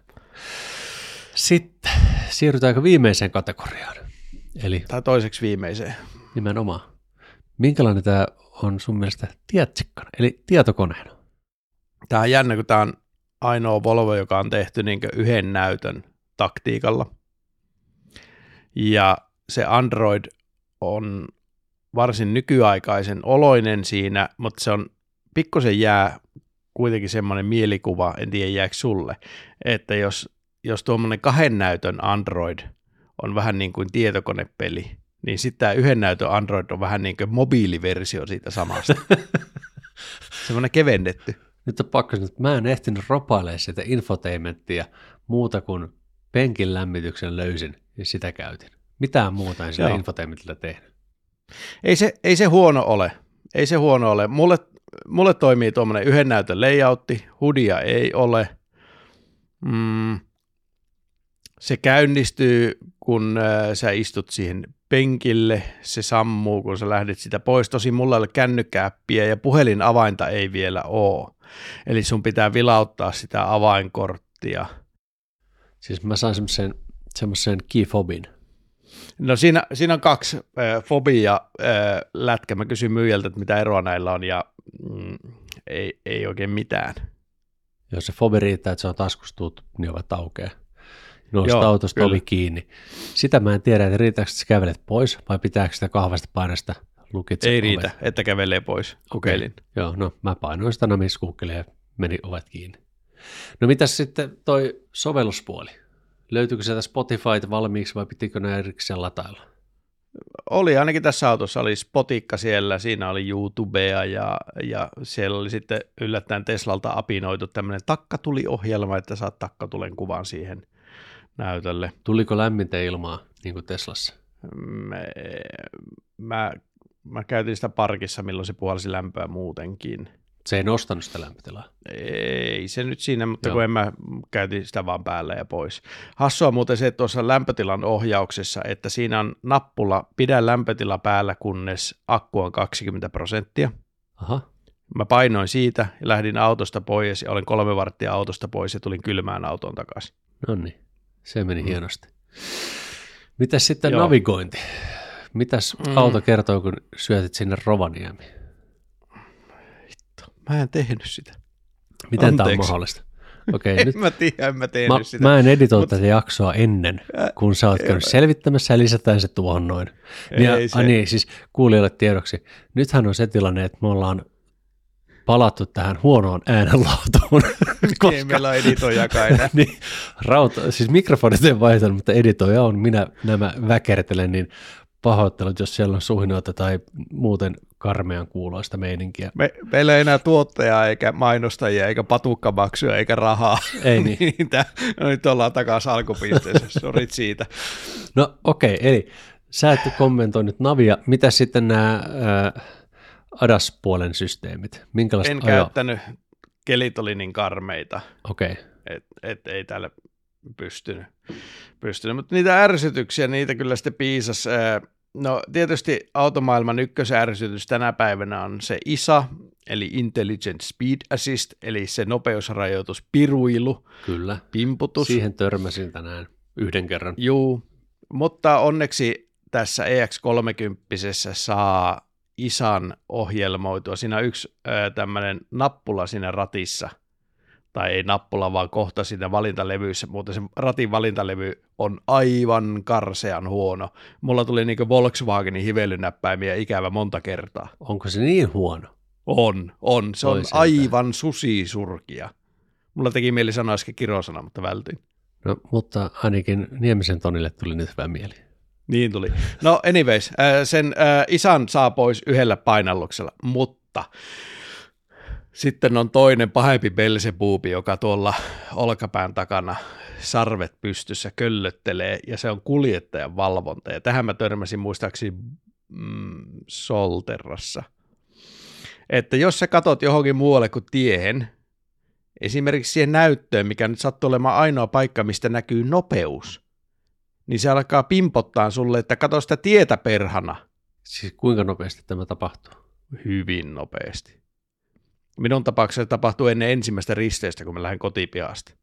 Sitten siirrytäänkö viimeiseen kategoriaan? Eli Tai toiseksi viimeiseen. Nimenomaan. Minkälainen tämä on sun mielestä tietsikkana, eli tietokoneena? Tämä on jännä, kun tämä on ainoa Volvo, joka on tehty niin yhden näytön taktiikalla. Ja se Android on varsin nykyaikaisen oloinen siinä, mutta se on pikkusen jää kuitenkin semmoinen mielikuva, en tiedä jääkö sulle, että jos, jos tuommoinen kahden näytön Android on vähän niin kuin tietokonepeli, niin sitten tämä yhden näytön Android on vähän niin kuin mobiiliversio siitä samasta. Semmoinen kevennetty. Nyt on pakko sanoa, että mä en ehtinyt ropailemaan sitä infotainmenttia muuta kuin penkin lämmityksen löysin ja sitä käytin. Mitään muuta en sillä Joo. infotainmentilla tehnyt. Ei se, ei se huono ole. Ei se huono ole. Mulle, mulle toimii tuommoinen yhden näytön layoutti, hudia ei ole. Mm. Se käynnistyy, kun äh, sä istut siihen penkille, se sammuu, kun sä lähdet sitä pois. Tosin mulla ei ole kännykkäppiä ja puhelinavainta ei vielä ole. Eli sun pitää vilauttaa sitä avainkorttia. Siis mä sain semmoisen, semmoisen keyfobin. No siinä, siinä on kaksi äh, fobia äh, lätkä. Mä kysyin myyjältä, että mitä eroa näillä on ja mm, ei, ei oikein mitään. Jos se fobi riittää, että se on taskustuut, niin ovat aukeaa. Nostaa Joo, autosta kyllä. ovi kiinni. Sitä mä en tiedä, että riittääkö että sä kävelet pois vai pitääkö sitä kahvasta painasta lukitse Ei ovet. riitä, että kävelee pois. Kokeilin. Okay. Joo, no mä painoin sitä namiskuukkelia ja meni ovet kiinni. No mitäs sitten toi sovelluspuoli? Löytyykö sieltä Spotifyta valmiiksi vai pitikö ne erikseen latailla? Oli ainakin tässä autossa, oli Spotikka siellä, siinä oli YouTubea ja, ja siellä oli sitten yllättäen Teslalta apinoitu tämmöinen takkatuliohjelma, että saat takkatulen kuvan siihen näytölle. Tuliko lämmintä ilmaa niin kuin Teslassa? Mä, mä, mä käytin sitä parkissa, milloin se puhalsi lämpöä muutenkin. Se ei nostanut sitä lämpötilaa? Ei se nyt siinä, mutta Joo. kun en mä käytin sitä vaan päälle ja pois. Hassua muuten se, että tuossa lämpötilan ohjauksessa, että siinä on nappula pidä lämpötila päällä, kunnes akku on kaksikymmentä prosenttia. Aha. Mä painoin siitä ja lähdin autosta pois ja olin kolme varttia autosta pois ja tulin kylmään autoon takaisin. No niin, se meni mm. hienosti. Mitäs sitten Joo. navigointi? Mitäs Mm. auto kertoo, kun syötit sinne Rovaniemiin? Mä en tehnyt sitä. Miten tämä on Anteeksi. mahdollista? Okei, en nyt mä tiedä, en mä tehnyt mä, sitä. mä en editoi Mut- tätä jaksoa ennen, kun sä oot Ei, käynyt selvittämässä ja lisätään se tuohon noin. Ei Ja, se- a, niin, siis kuulijoille tiedoksi. Nythän on se tilanne, että me ollaan palattu tähän huonoon äänenlaatuun. Ei meillä on editoijakaan enää. niin, rauta, siis mikrofonit ei vaihtanut, mutta editoija on, minä nämä väkertelen, niin pahoittelut, jos siellä on suhinoita tai muuten karmean kuuloista meininkiä. Me, meillä ei enää tuottajaa, eikä mainostajia, eikä patukkamaksuja, eikä rahaa. Ei niin. Niitä, no nyt ollaan takaisin alkupisteessä, sorit siitä. No okei, okay, eli sä et kommentoi nyt Navia. Mitä sitten nämä äh, A D A S-puolen systeemit? Minkälaiset En ajo- käyttänyt, kelit oli niin karmeita, Okei, okay. että et ei täällä pystynyt. pystynyt. Mutta niitä ärsytyksiä, niitä kyllä sitten piisasi. No tietysti automaailman ykkösärsytys tänä päivänä on se I S A, eli Intelligent Speed Assist, eli se nopeusrajoitus, piruilu, kyllä. pimputus. Siihen törmäsin tänään yhden kerran. Juu, mutta onneksi tässä E X kolmekymmentä saa I S An ohjelmoitua. Siinä on yksi tämmöinen nappula siinä ratissa, tai ei nappula, vaan kohta siinä valintalevyissä, mutta se ratin valintalevy on aivan karsean huono. Mulla tuli niinku Volkswagenin hivelynäppäimiä ikävä monta kertaa. Onko se niin huono? On, on. Se on Oi sentään. aivan susisurkia. Mulla teki mieli sanoa äsken kirosana, mutta vältyin. No, mutta ainakin Niemisen Tonille tuli nyt hyvä mieli. Niin tuli. No anyways, sen isän saa pois yhdellä painalluksella, mutta sitten on toinen pahempi Belzebubi, joka tuolla olkapään takana sarvet pystyssä köllöttelee, ja se on kuljettajan valvonta. Ja tähän mä törmäsin muistaakseni mm, Solterrassa. Että jos sä katot johonkin muualle kuin tiehen, esimerkiksi siihen näyttöön, mikä nyt sattuu olemaan ainoa paikka, mistä näkyy nopeus, niin se alkaa pimpottaa sulle, että kato sitä tietä perhana. Siis kuinka nopeasti tämä tapahtuu? Hyvin nopeasti. Minun tapauksessa se tapahtuu ennen ensimmäistä risteystä, kun mä lähden kotipihasta.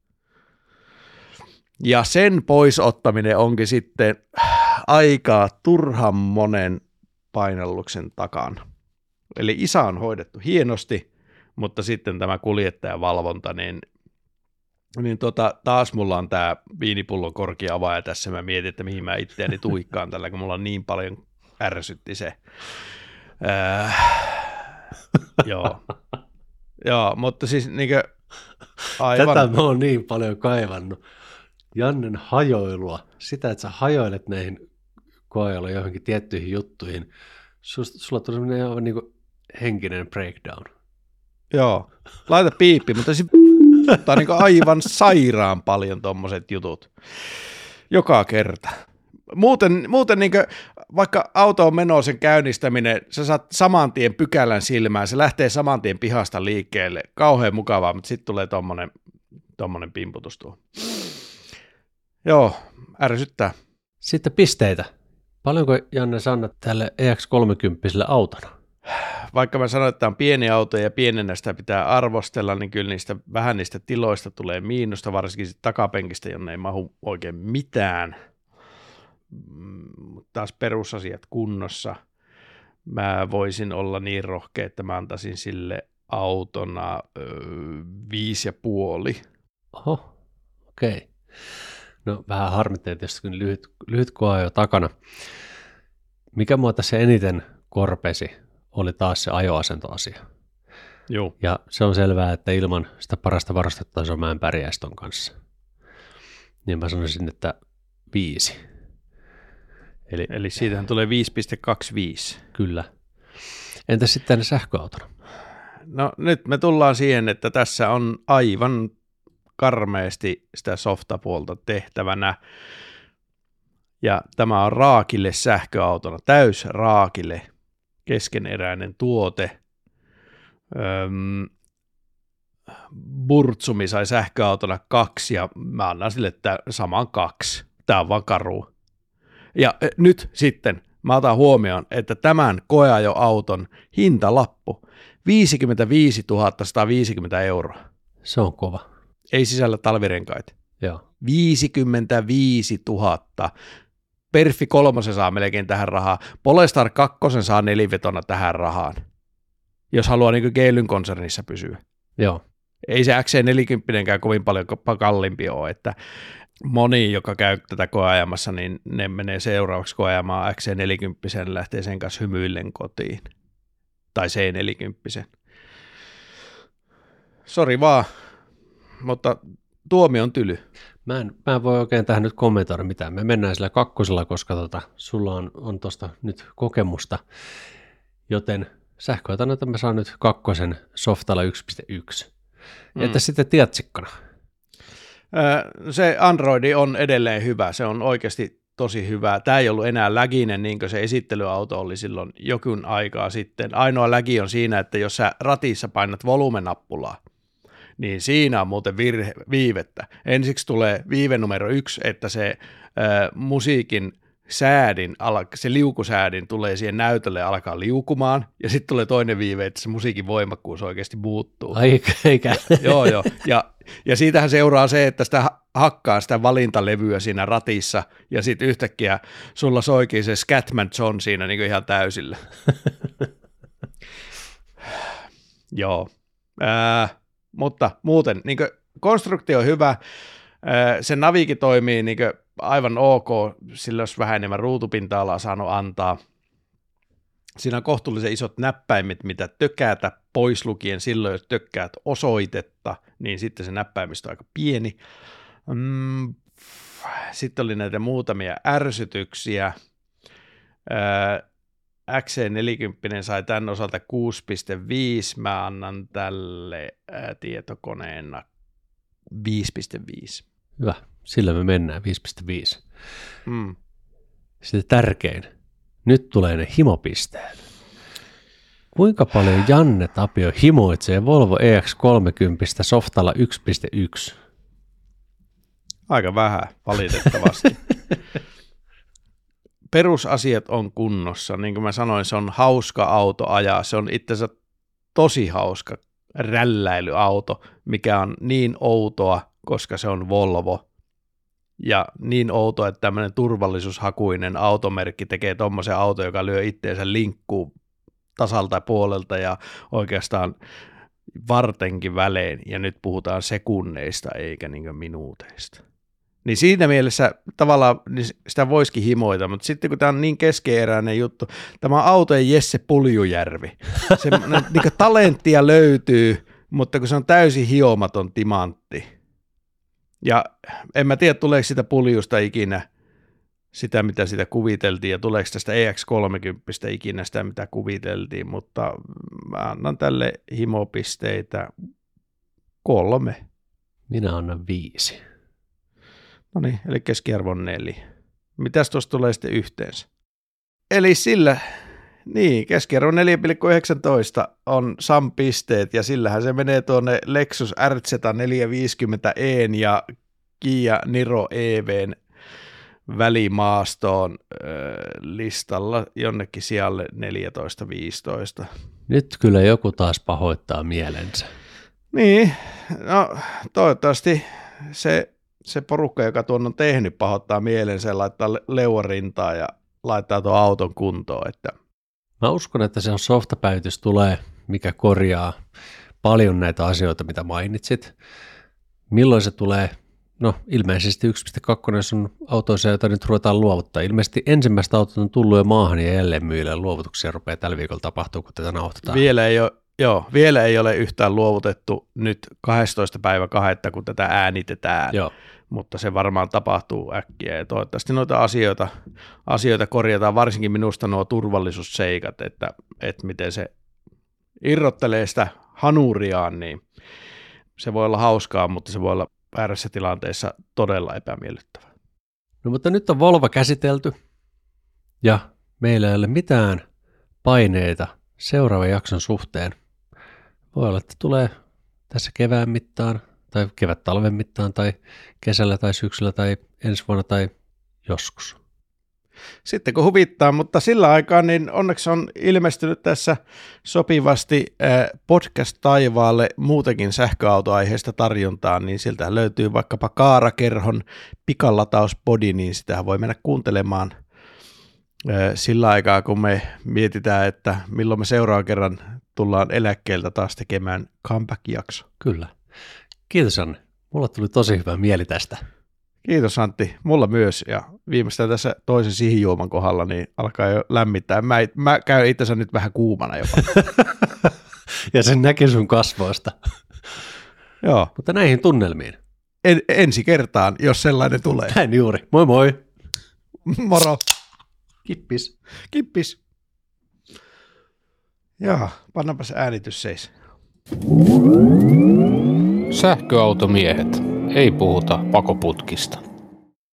Ja sen poisottaminen onkin sitten aikaa turhan monen painalluksen takana. Eli isä on hoidettu hienosti, mutta sitten tämä kuljettajan valvonta, niin, niin tota, taas mulla on tämä viinipullon korkea avaaja tässä. Mä mietin, että mihin mä itseäni tuikkaan tällä, kun mulla on niin paljon ärsytti se. Äh, joo. Joo, mutta siis niinkö aivan. Tätä mä oon niin paljon kaivannut. Jannen hajoilua, sitä, että sä hajoilet näihin koeilla johonkin tiettyihin juttuihin. Susta, sulla tulee sellainen aivan niin kuin henkinen breakdown. Joo, laita piippi, mutta se on niin aivan sairaan paljon tommoset jutut. Joka kerta. Muuten, muuten niin vaikka auto on menoa sen käynnistäminen, sä saat saman tien pykälän silmään, se lähtee saman tien pihasta liikkeelle. Kauhean mukavaa, mutta sitten tulee tommonen, tommonen pimputus tuo. Joo, ärsyttää. Sitten pisteitä. Paljonko, Janne, sä annat tälle E X kolmekymmentä autona? Vaikka mä sanoin, että tämä on pieni auto ja pienenä sitä pitää arvostella, niin kyllä niistä, vähän niistä tiloista tulee miinusta, varsinkin sit takapenkistä, jonne ei mahu oikein mitään. Mutta taas perusasiat kunnossa. Mä voisin olla niin rohkea, että mä antaisin sille autona öö, viisi ja puoli. Oho, okei. Okay. No vähän harmittelee tietysti, kun lyhyt, lyhyt koe jo takana. Mikä mua tässä eniten korpesi, oli taas se ajoasentoasia. Joo. Ja se on selvää, että ilman sitä parasta varustettasoa mä en pärjäisi ton kanssa. Niin mä sanoisin, että viisi. Eli, Eli siitähän tulee viisi pilkku kaksikymmentäviisi. Kyllä. Entä sitten sähköautona? No nyt me tullaan siihen, että tässä on aivan karmeasti sitä softapuolta tehtävänä. Ja tämä on raakille sähköautona, täys raakille, keskeneräinen tuote. Öm, Burtsumi sai sähköautona kaksi ja mä annan sille että saman kaksi. Tämä on vaan karu. Ja äh, nyt sitten mä otan huomioon, että tämän koeajoauton hintalappu viisikymmentäviisituhatta sata viisikymmentä euroa. Se on kova. Ei sisällä talvirenkaita. Joo. viisikymmentäviisituhatta. Perfi kolmosen saa melkein tähän rahaan. Polestar kakkosen saa nelivetona tähän rahaan. Jos haluaa niin kuin Geelyn konsernissa pysyä. Joo. ei se X C neljäkymmentäkään kovin paljon kalliimpi ole, että moni, joka käy tätä koeajamassa, niin ne menee seuraavaksi koeajamaan X C neljäkymmentä, lähtee sen kanssa hymyillen kotiin, tai C neljäkymmentä. Sori vaan, mutta tuomio on tyly. Mä en, mä en voi oikein tähän nyt kommentoida mitään. Me mennään sillä kakkosella, koska tota, sulla on, on tuosta nyt kokemusta, joten sähköautonoita mä saan nyt kakkosen softalla yksi piste yksi. Mm. Entä sitten tietsikkona? Se Androidi on edelleen hyvä, se on oikeasti tosi hyvä. Tämä ei ollut enää läginen, niin kuin se esittelyauto oli silloin jokin aikaa sitten. Ainoa lägi on siinä, että jos sä ratissa painat volumenappulaa, niin siinä on muuten virhe, viivettä. Ensiksi tulee viive numero yksi, että se ä, musiikin säädin, se liukusäädin tulee siihen näytölle ja alkaa liukumaan, ja sitten tulee toinen viive, että se musiikin voimakkuus oikeasti muuttuu. Eikä, eikä. Joo, joo. Ja, ja siitähän seuraa se, että sitä hakkaa sitä valintalevyä siinä ratissa, ja sitten yhtäkkiä sulla soikin se Scatman John siinä niin kuin ihan täysillä. Joo. Ää, mutta muuten, niin kuin konstruktio on hyvä, ää, se navikin toimii niin kuin aivan ok, sillä olisi vähän enemmän ruutupinta-alaa saanut antaa. Siinä on kohtuullisen isot näppäimet, mitä tökätä pois lukien silloin, jos tökkäät osoitetta, niin sitten se näppäimistö on aika pieni. Mm, sitten oli näitä muutamia ärsytyksiä. X C neljäkymmentä sai tämän osalta kuusi pilkku viisi, mä annan tälle tietokoneena viisi pilkku viisi. Hyvä, sillä me mennään viisi pilkku viisi. Mm. Sitten tärkein. Nyt tulee ne himopisteet. Kuinka paljon Janne Tapio himoitsee Volvo E X kolmekymmentä softalla yksi pilkku yksi? Aika vähän, valitettavasti. Perusasiat on kunnossa. Niin kuin mä sanoin, se on hauska auto ajaa. Se on itse asiassa tosi hauska rälläilyauto, mikä on niin outoa, koska se on Volvo. Ja niin outoa, että tämmöinen turvallisuushakuinen automerkki tekee tommoisen auton, joka lyö itteensä linkkuun tasalta puolelta ja oikeastaan vartenkin välein. Ja nyt puhutaan sekunneista eikä niin minuuteista. Niin siinä mielessä tavallaan niin sitä voisikin himoita, mutta sitten kun tämä on niin keskeeräinen juttu, tämä auto ei Jesse Puljujärvi. Se, niin talenttia löytyy, mutta kun se on täysin hiomaton timantti. Ja en mä tiedä, tuleeko sitä puljusta ikinä sitä, mitä sitä kuviteltiin, ja tuleeko tästä E X kolmekymmentä ikinä sitä, mitä kuviteltiin, mutta mä annan tälle himopisteitä kolme. Minä annan viisi. No niin, eli keskiarvo on neljä. Mitäs tuosta tulee sitten yhteensä? Eli sillä, niin, keskiarvo neljä pilkku yhdeksäntoista on S A M-pisteet, ja sillähän se menee tuonne Lexus R Z neljäsataaviisikymmentä E:n ja Kia Niro E V:n välimaastoon äh, listalla jonnekin sijalle neljätoista viisitoista. Nyt kyllä joku taas pahoittaa mielensä. Niin, no toivottavasti se, se porukka, joka tuon on tehnyt, pahoittaa mielensä ja laittaa leuarintaa ja laittaa tuon auton kuntoon. Että mä uskon, että se on softapäivitys tulee, mikä korjaa paljon näitä asioita, mitä mainitsit. Milloin se tulee? No ilmeisesti yksi pilkku kaksi on autoisia, joita nyt ruvetaan luovuttaa. Ilmeisesti ensimmäistä autot on tullut jo maahan ja jälleen myyjille luovutuksia rupeaa tällä viikolla tapahtuu, kun tätä nauhoitetaan. Vielä ei ole, joo, vielä ei ole yhtään luovutettu nyt kahdestoista päivä kahdetta, kun tätä äänitetään. Joo. Mutta se varmaan tapahtuu äkkiä ja toivottavasti noita asioita, asioita korjataan, varsinkin minusta nuo turvallisuusseikat, että, että miten se irrottelee sitä hanuriaan, niin se voi olla hauskaa, mutta se voi olla väärässä tilanteessa todella epämiellyttävää. No mutta nyt on Volvo käsitelty ja meillä ei ole mitään paineita seuraavan jakson suhteen. Voi olla, että tulee tässä kevään mittaan tai kevät-talven mittaan tai kesällä tai syksyllä tai ensi vuonna tai joskus. Sitten kun huvittaa, mutta sillä aikaa niin onneksi on ilmestynyt tässä sopivasti podcast-taivaalle muutenkin sähköautoaiheista tarjontaa, niin sieltä löytyy vaikkapa Kaarakerhon pikalatauspodi, niin sitähän voi mennä kuuntelemaan sillä aikaa, kun me mietitään, että milloin me seuraavan kerran tullaan eläkkeeltä taas tekemään comeback-jakso. Kyllä. Kiitos Anne. Mulla tuli tosi hyvä mieli tästä. Kiitos Antti, mulla myös, ja viimeistään tässä toisen sihijuoman kohdalla niin alkaa jo lämmittää. Mä, mä käyn itse asiassa nyt vähän kuumana jopa. Ja sen näkee sun kasvoista. Joo. Mutta näihin tunnelmiin. En, ensi kertaan, jos sellainen tulee. Näin juuri. Moi moi. Moro. Kippis. Kippis. Joo, pannapas äänitys seis. Sähköautomiehet. Ei puhuta pakoputkista.